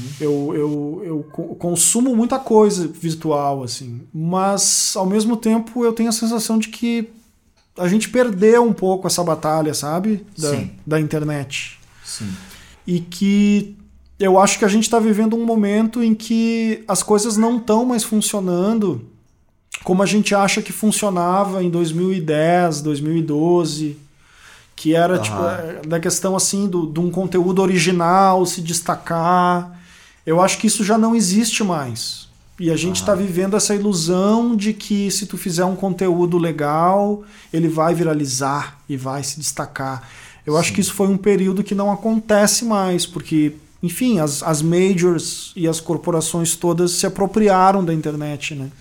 Eu consumo muita coisa virtual, assim. Mas, ao mesmo tempo, eu tenho a sensação de que a gente perdeu um pouco essa batalha, sabe? Da internet. Sim. E que eu acho que a gente está vivendo um momento em que as coisas não estão mais funcionando como a gente acha que funcionava em 2010, 2012, que era tipo, da questão assim de um conteúdo original se destacar. Eu acho que isso já não existe mais. E a gente está vivendo essa ilusão de que se tu fizer um conteúdo legal, ele vai viralizar e vai se destacar. Eu acho que isso foi um período que não acontece mais, porque, enfim, as majors e as corporações todas se apropriaram da internet, né?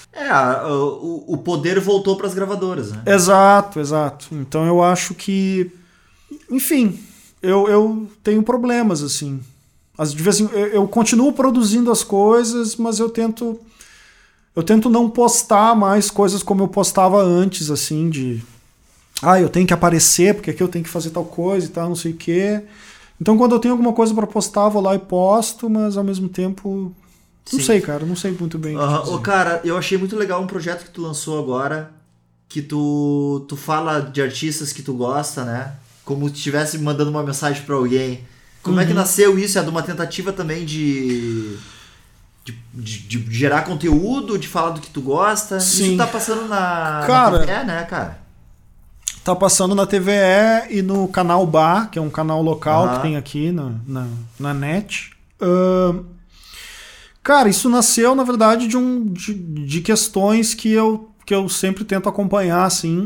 O poder voltou para as gravadoras, né? Exato. Então eu acho que, enfim, eu tenho problemas, assim. De vez em eu continuo produzindo as coisas, mas eu tento não postar mais coisas como eu postava antes, assim, eu tenho que aparecer, porque aqui eu tenho que fazer tal coisa e tal, não sei o quê. Então quando eu tenho alguma coisa para postar, eu vou lá e posto, mas ao mesmo tempo... Não sei, cara, não sei muito bem. Cara, eu achei muito legal um projeto que tu lançou agora, que tu fala de artistas que tu gosta, né? Como se estivesse mandando uma mensagem para alguém. Como é que nasceu isso? É de uma tentativa também de gerar conteúdo, de falar do que tu gosta? Sim. Isso tá passando na cara, TV, né, cara? Tá passando na TVE e no canal Bar, que é um canal local que tem aqui na net. Cara, isso nasceu, na verdade, de questões que eu sempre tento acompanhar, assim,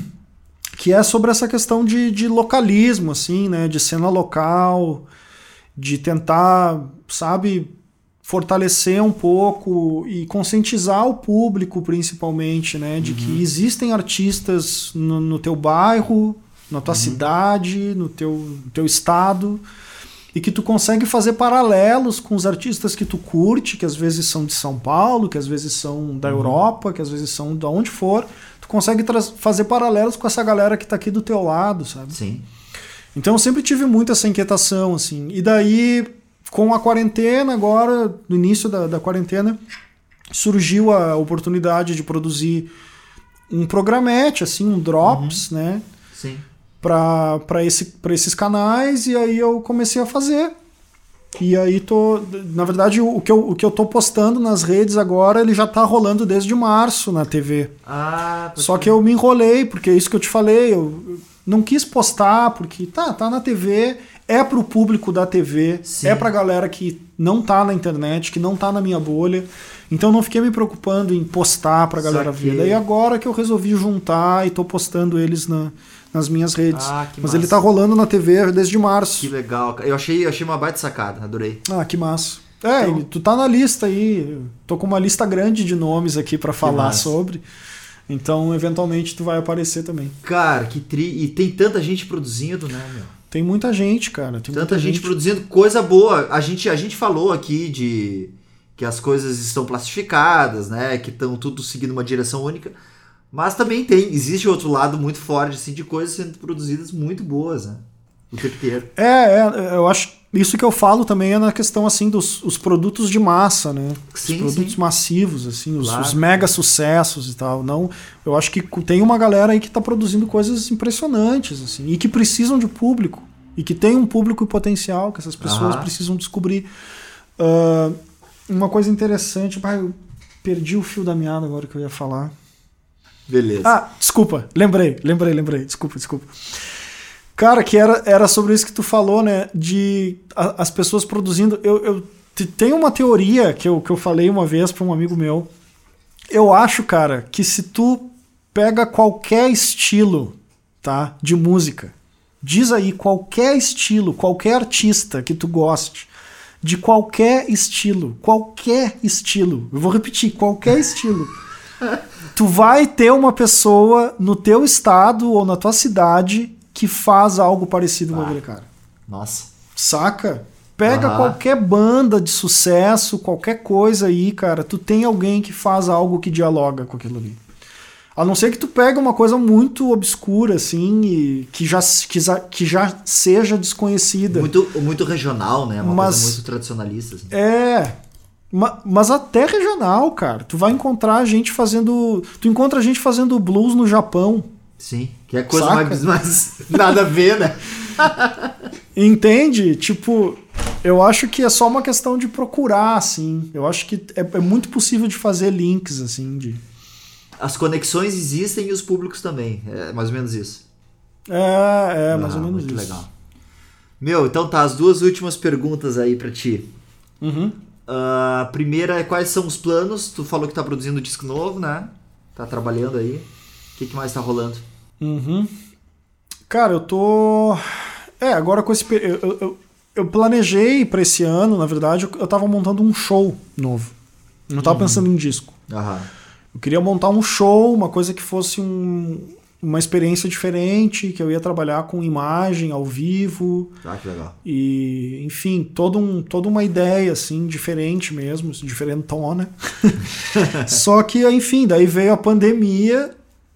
que é sobre essa questão de localismo, assim, né? De cena local, de tentar, sabe, fortalecer um pouco e conscientizar o público, principalmente, né? De que existem artistas no teu bairro, na tua cidade, no teu estado, e que tu consegue fazer paralelos com os artistas que tu curte, que às vezes são de São Paulo, que às vezes são da Europa, que às vezes são de onde for. Tu consegue fazer paralelos com essa galera que tá aqui do teu lado, sabe? Sim. Então eu sempre tive muito essa inquietação, assim. E daí, com a quarentena agora, no início da quarentena, surgiu a oportunidade de produzir um programete, assim, um Drops, né? Sim. Para esses canais, e aí eu comecei a fazer. E aí na verdade, o que eu tô postando nas redes agora, ele já tá rolando desde março na TV. Só que eu me enrolei, porque é isso que eu te falei, eu não quis postar, porque tá na TV, é pro público da TV, Sim. É pra galera que não tá na internet, que não tá na minha bolha. Então não fiquei me preocupando em postar pra galera ver. Daí agora que eu resolvi juntar e tô postando eles nas minhas redes. Que Mas massa. ele tá rolando na TV desde março. Que legal. Eu achei uma baita sacada, adorei. Que massa. Então, tu tá na lista aí. Tô com uma lista grande de nomes aqui pra falar sobre. Então, eventualmente, tu vai aparecer também. Cara, e tem tanta gente produzindo, né, meu? Tem muita gente, cara. Tem tanta gente produzindo coisa boa. A gente falou aqui de que as coisas estão plastificadas, né? Que estão tudo seguindo uma direção única. Mas também existe outro lado muito forte, assim, de coisas sendo produzidas muito boas, né? O tempo inteiro. Eu acho. Isso que eu falo também é na questão, assim, dos produtos de massa, né? Sim, os produtos massivos, assim, claro. os mega sucessos e tal. Não, eu acho que tem uma galera aí que tá produzindo coisas impressionantes, assim, e que precisam de público. E que tem um público em potencial, que essas pessoas precisam descobrir. Uma coisa interessante. Eu perdi o fio da meada agora que eu ia falar. Beleza. Desculpa. Lembrei. Desculpa. Cara, que era sobre isso que tu falou, né? De as pessoas produzindo. Eu tenho uma teoria que eu falei uma vez para um amigo meu. Eu acho, cara, que se tu pega qualquer estilo, tá, de música, diz aí qualquer estilo, qualquer artista que tu goste, de qualquer estilo, eu vou repetir, qualquer estilo, tu vai ter uma pessoa no teu estado ou na tua cidade que faz algo parecido com aquele cara. Nossa. Saca? Pega qualquer banda de sucesso, qualquer coisa aí, cara, tu tem alguém que faz algo que dialoga com aquilo ali. A não ser que tu pega uma coisa muito obscura, assim, e que já seja desconhecida. Muito regional, né? Uma coisa muito tradicionalista. Assim. Mas até regional, cara. Tu vai encontrar gente fazendo... Tu encontra gente fazendo blues no Japão. Sim, que é coisa mais nada a ver, né? Entende? Tipo, eu acho que é só uma questão de procurar, assim. Eu acho que é muito possível de fazer links, assim, As conexões existem e os públicos também. É mais ou menos isso. Mais ou menos muito isso. Legal. Meu, então tá, as duas últimas perguntas aí pra ti. A primeira é quais são os planos? Tu falou que tá produzindo disco novo, né? Tá trabalhando aí. O que mais tá rolando? Cara, eu tô... agora com esse... Eu planejei pra esse ano, na verdade, eu tava montando um show novo. Eu não tava pensando em disco. Eu queria montar um show, uma coisa que fosse uma experiência diferente, que eu ia trabalhar com imagem ao vivo. Que legal. E, enfim, toda uma ideia, assim, diferente mesmo, diferentona. Só que, enfim, daí veio a pandemia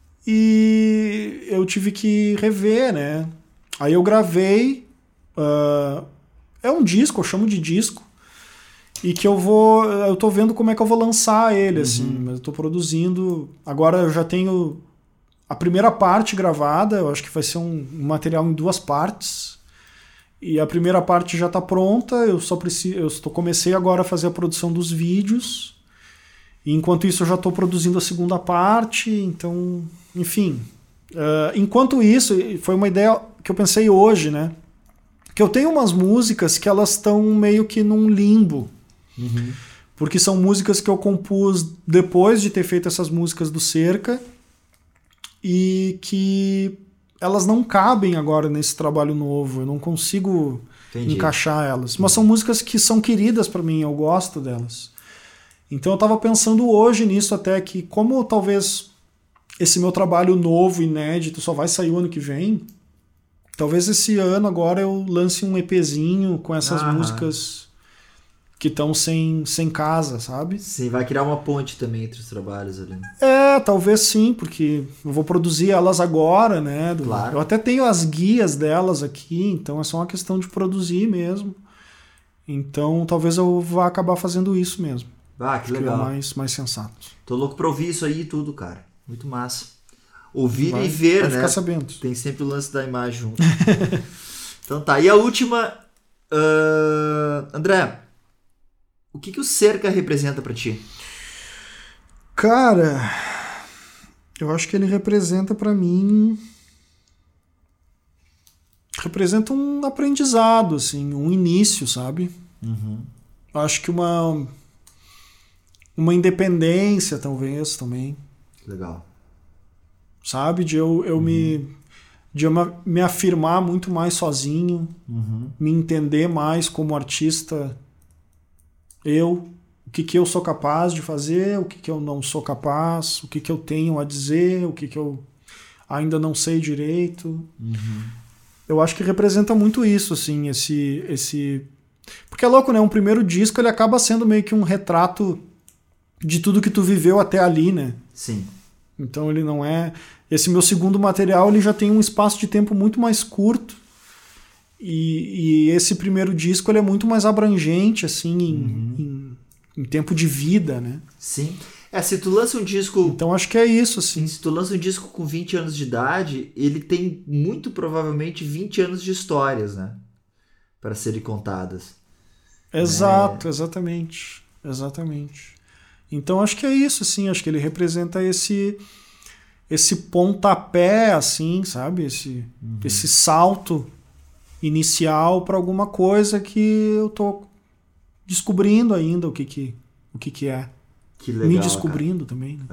e eu tive que rever, né? Aí eu gravei, é um disco, eu chamo de disco, e que eu tô vendo como é que eu vou lançar ele, assim, mas eu tô produzindo, agora eu já tenho a primeira parte gravada, eu acho que vai ser um material em 2 partes, e a primeira parte já tá pronta, comecei agora a fazer a produção dos vídeos, e enquanto isso eu já tô produzindo a segunda parte, então, enfim, Enquanto isso, foi uma ideia que eu pensei hoje, né? Que eu tenho umas músicas que elas estão meio que num limbo. Uhum. Porque são músicas que eu compus depois de ter feito essas músicas do Cerca e que elas não cabem agora nesse trabalho novo. Eu não consigo encaixar elas. Mas são músicas que são queridas para mim, eu gosto delas. Então eu estava pensando hoje nisso até, que como talvez esse meu trabalho novo, inédito, só vai sair o ano que vem, talvez esse ano agora eu lance um EPzinho com essas músicas que estão sem casa, sabe? Sim, vai criar uma ponte também entre os trabalhos ali. Talvez sim, porque eu vou produzir elas agora, né? Claro. Eu até tenho as guias delas aqui, então é só uma questão de produzir mesmo. Então talvez eu vá acabar fazendo isso mesmo. Que legal. Que é mais sensato. Tô louco pra ouvir isso aí tudo, cara. Muito massa. Ouvir e ver, né? Ficar sabendo. Tem sempre o lance da imagem junto. Então tá. E a última... André, o que o Cerca representa pra ti? Cara, eu acho que ele representa pra mim... Representa um aprendizado, assim, um início, sabe? Uhum. Eu acho que uma independência, talvez, também. Legal. Sabe? De eu me afirmar muito mais sozinho, me entender mais como artista, o que eu sou capaz de fazer, o que eu não sou capaz, o que eu tenho a dizer, o que eu ainda não sei direito. Eu acho que representa muito isso, assim, esse... Porque é louco, né? Um primeiro disco, ele acaba sendo meio que um retrato de tudo que tu viveu até ali, né? Sim. Então ele não é... Esse meu segundo material, ele já tem um espaço de tempo muito mais curto. E esse primeiro disco, ele é muito mais abrangente, assim, em tempo de vida, né? Sim. Se tu lança um disco... Então acho que é isso, assim. Se tu lança um disco com 20 anos de idade, ele tem muito provavelmente 20 anos de histórias, né? Para serem contadas. Exato, exatamente. Então acho que é isso, assim. Acho que ele representa esse pontapé, assim, sabe? Esse salto inicial para alguma coisa que eu tô descobrindo ainda o que é. Que legal, me descobrindo, cara. Também.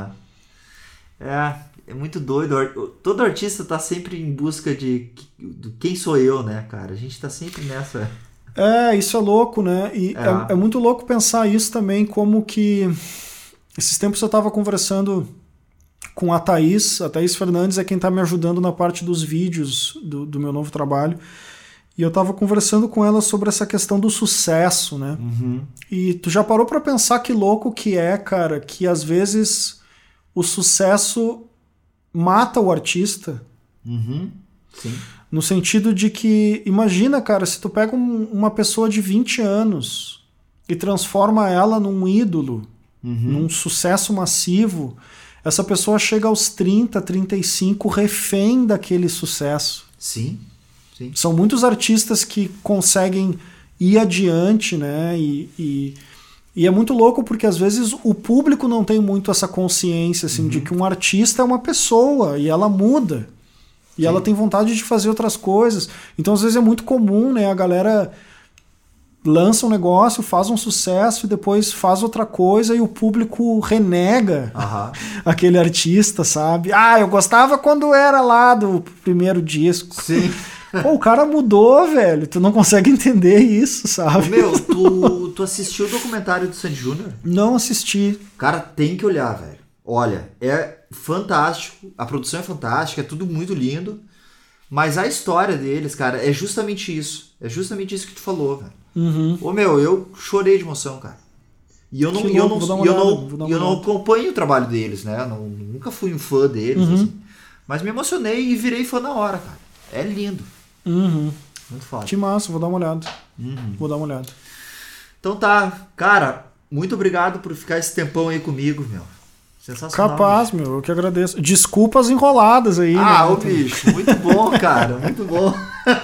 Né? É muito doido. Todo artista tá sempre em busca de quem sou eu, né, cara? A gente tá sempre nessa... Isso é louco, né? E é muito louco pensar isso também, como que... Esses tempos eu tava conversando com a Thaís Fernandes é quem tá me ajudando na parte dos vídeos do meu novo trabalho. E eu tava conversando com ela sobre essa questão do sucesso, né? E tu já parou pra pensar que louco que é, cara, que às vezes o sucesso mata o artista? Sim. No sentido de que, imagina, cara, se tu pega uma pessoa de 20 anos e transforma ela num ídolo, num sucesso massivo, essa pessoa chega aos 30, 35 refém daquele sucesso. Sim. São muitos artistas que conseguem ir adiante, né? E é muito louco porque às vezes o público não tem muito essa consciência assim, de que um artista é uma pessoa e ela muda. E ela tem vontade de fazer outras coisas. Então às vezes é muito comum, né? A galera lança um negócio, faz um sucesso e depois faz outra coisa e o público renega aquele artista, sabe? Eu gostava quando era lá do primeiro disco. Sim. Pô, o cara mudou, velho. Tu não consegue entender isso, sabe? Tu assistiu o documentário do Sandy Júnior? Não assisti. Cara, tem que olhar, velho. Olha, é fantástico. A produção é fantástica, é tudo muito lindo. Mas a história deles, cara, é justamente isso. É justamente isso que tu falou, velho. Eu chorei de emoção, cara. E eu não acompanho o trabalho deles, né? Nunca fui um fã deles, assim. Mas me emocionei e virei fã na hora, cara. É lindo. Muito foda. Que massa, vou dar uma olhada. Vou dar uma olhada. Então tá, cara, muito obrigado por ficar esse tempão aí comigo, meu. Sensacional. Capaz, bicho. Eu que agradeço. Desculpas enroladas aí. Bicho, muito bom, cara, muito bom.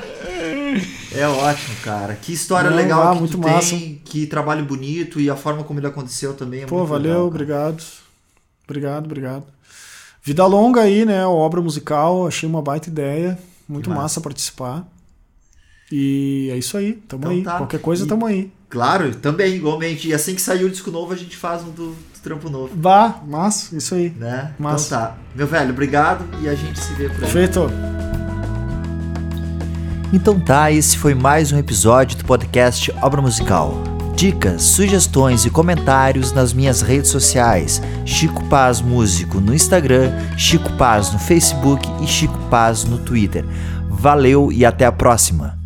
É ótimo, cara. Que história legal que muito tu massa. tem, que trabalho bonito e a forma como ele aconteceu também é muito valeu, legal, obrigado. Obrigado. Vida longa aí, né? Obra musical, achei uma baita ideia. Muito massa participar. E é isso aí, tamo então aí. Tá. Qualquer coisa, tamo aí. Claro, também, igualmente. E assim que sair o disco novo, a gente faz um do trampo novo. Massa, isso aí. Né? Massa. Então tá. Meu velho, obrigado e a gente se vê por aí. Feito. Então tá, esse foi mais um episódio do podcast Obra Musical. Dicas, sugestões e comentários nas minhas redes sociais. Chico Paz Músico no Instagram, Chico Paz no Facebook e Chico Paz no Twitter. Valeu e até a próxima!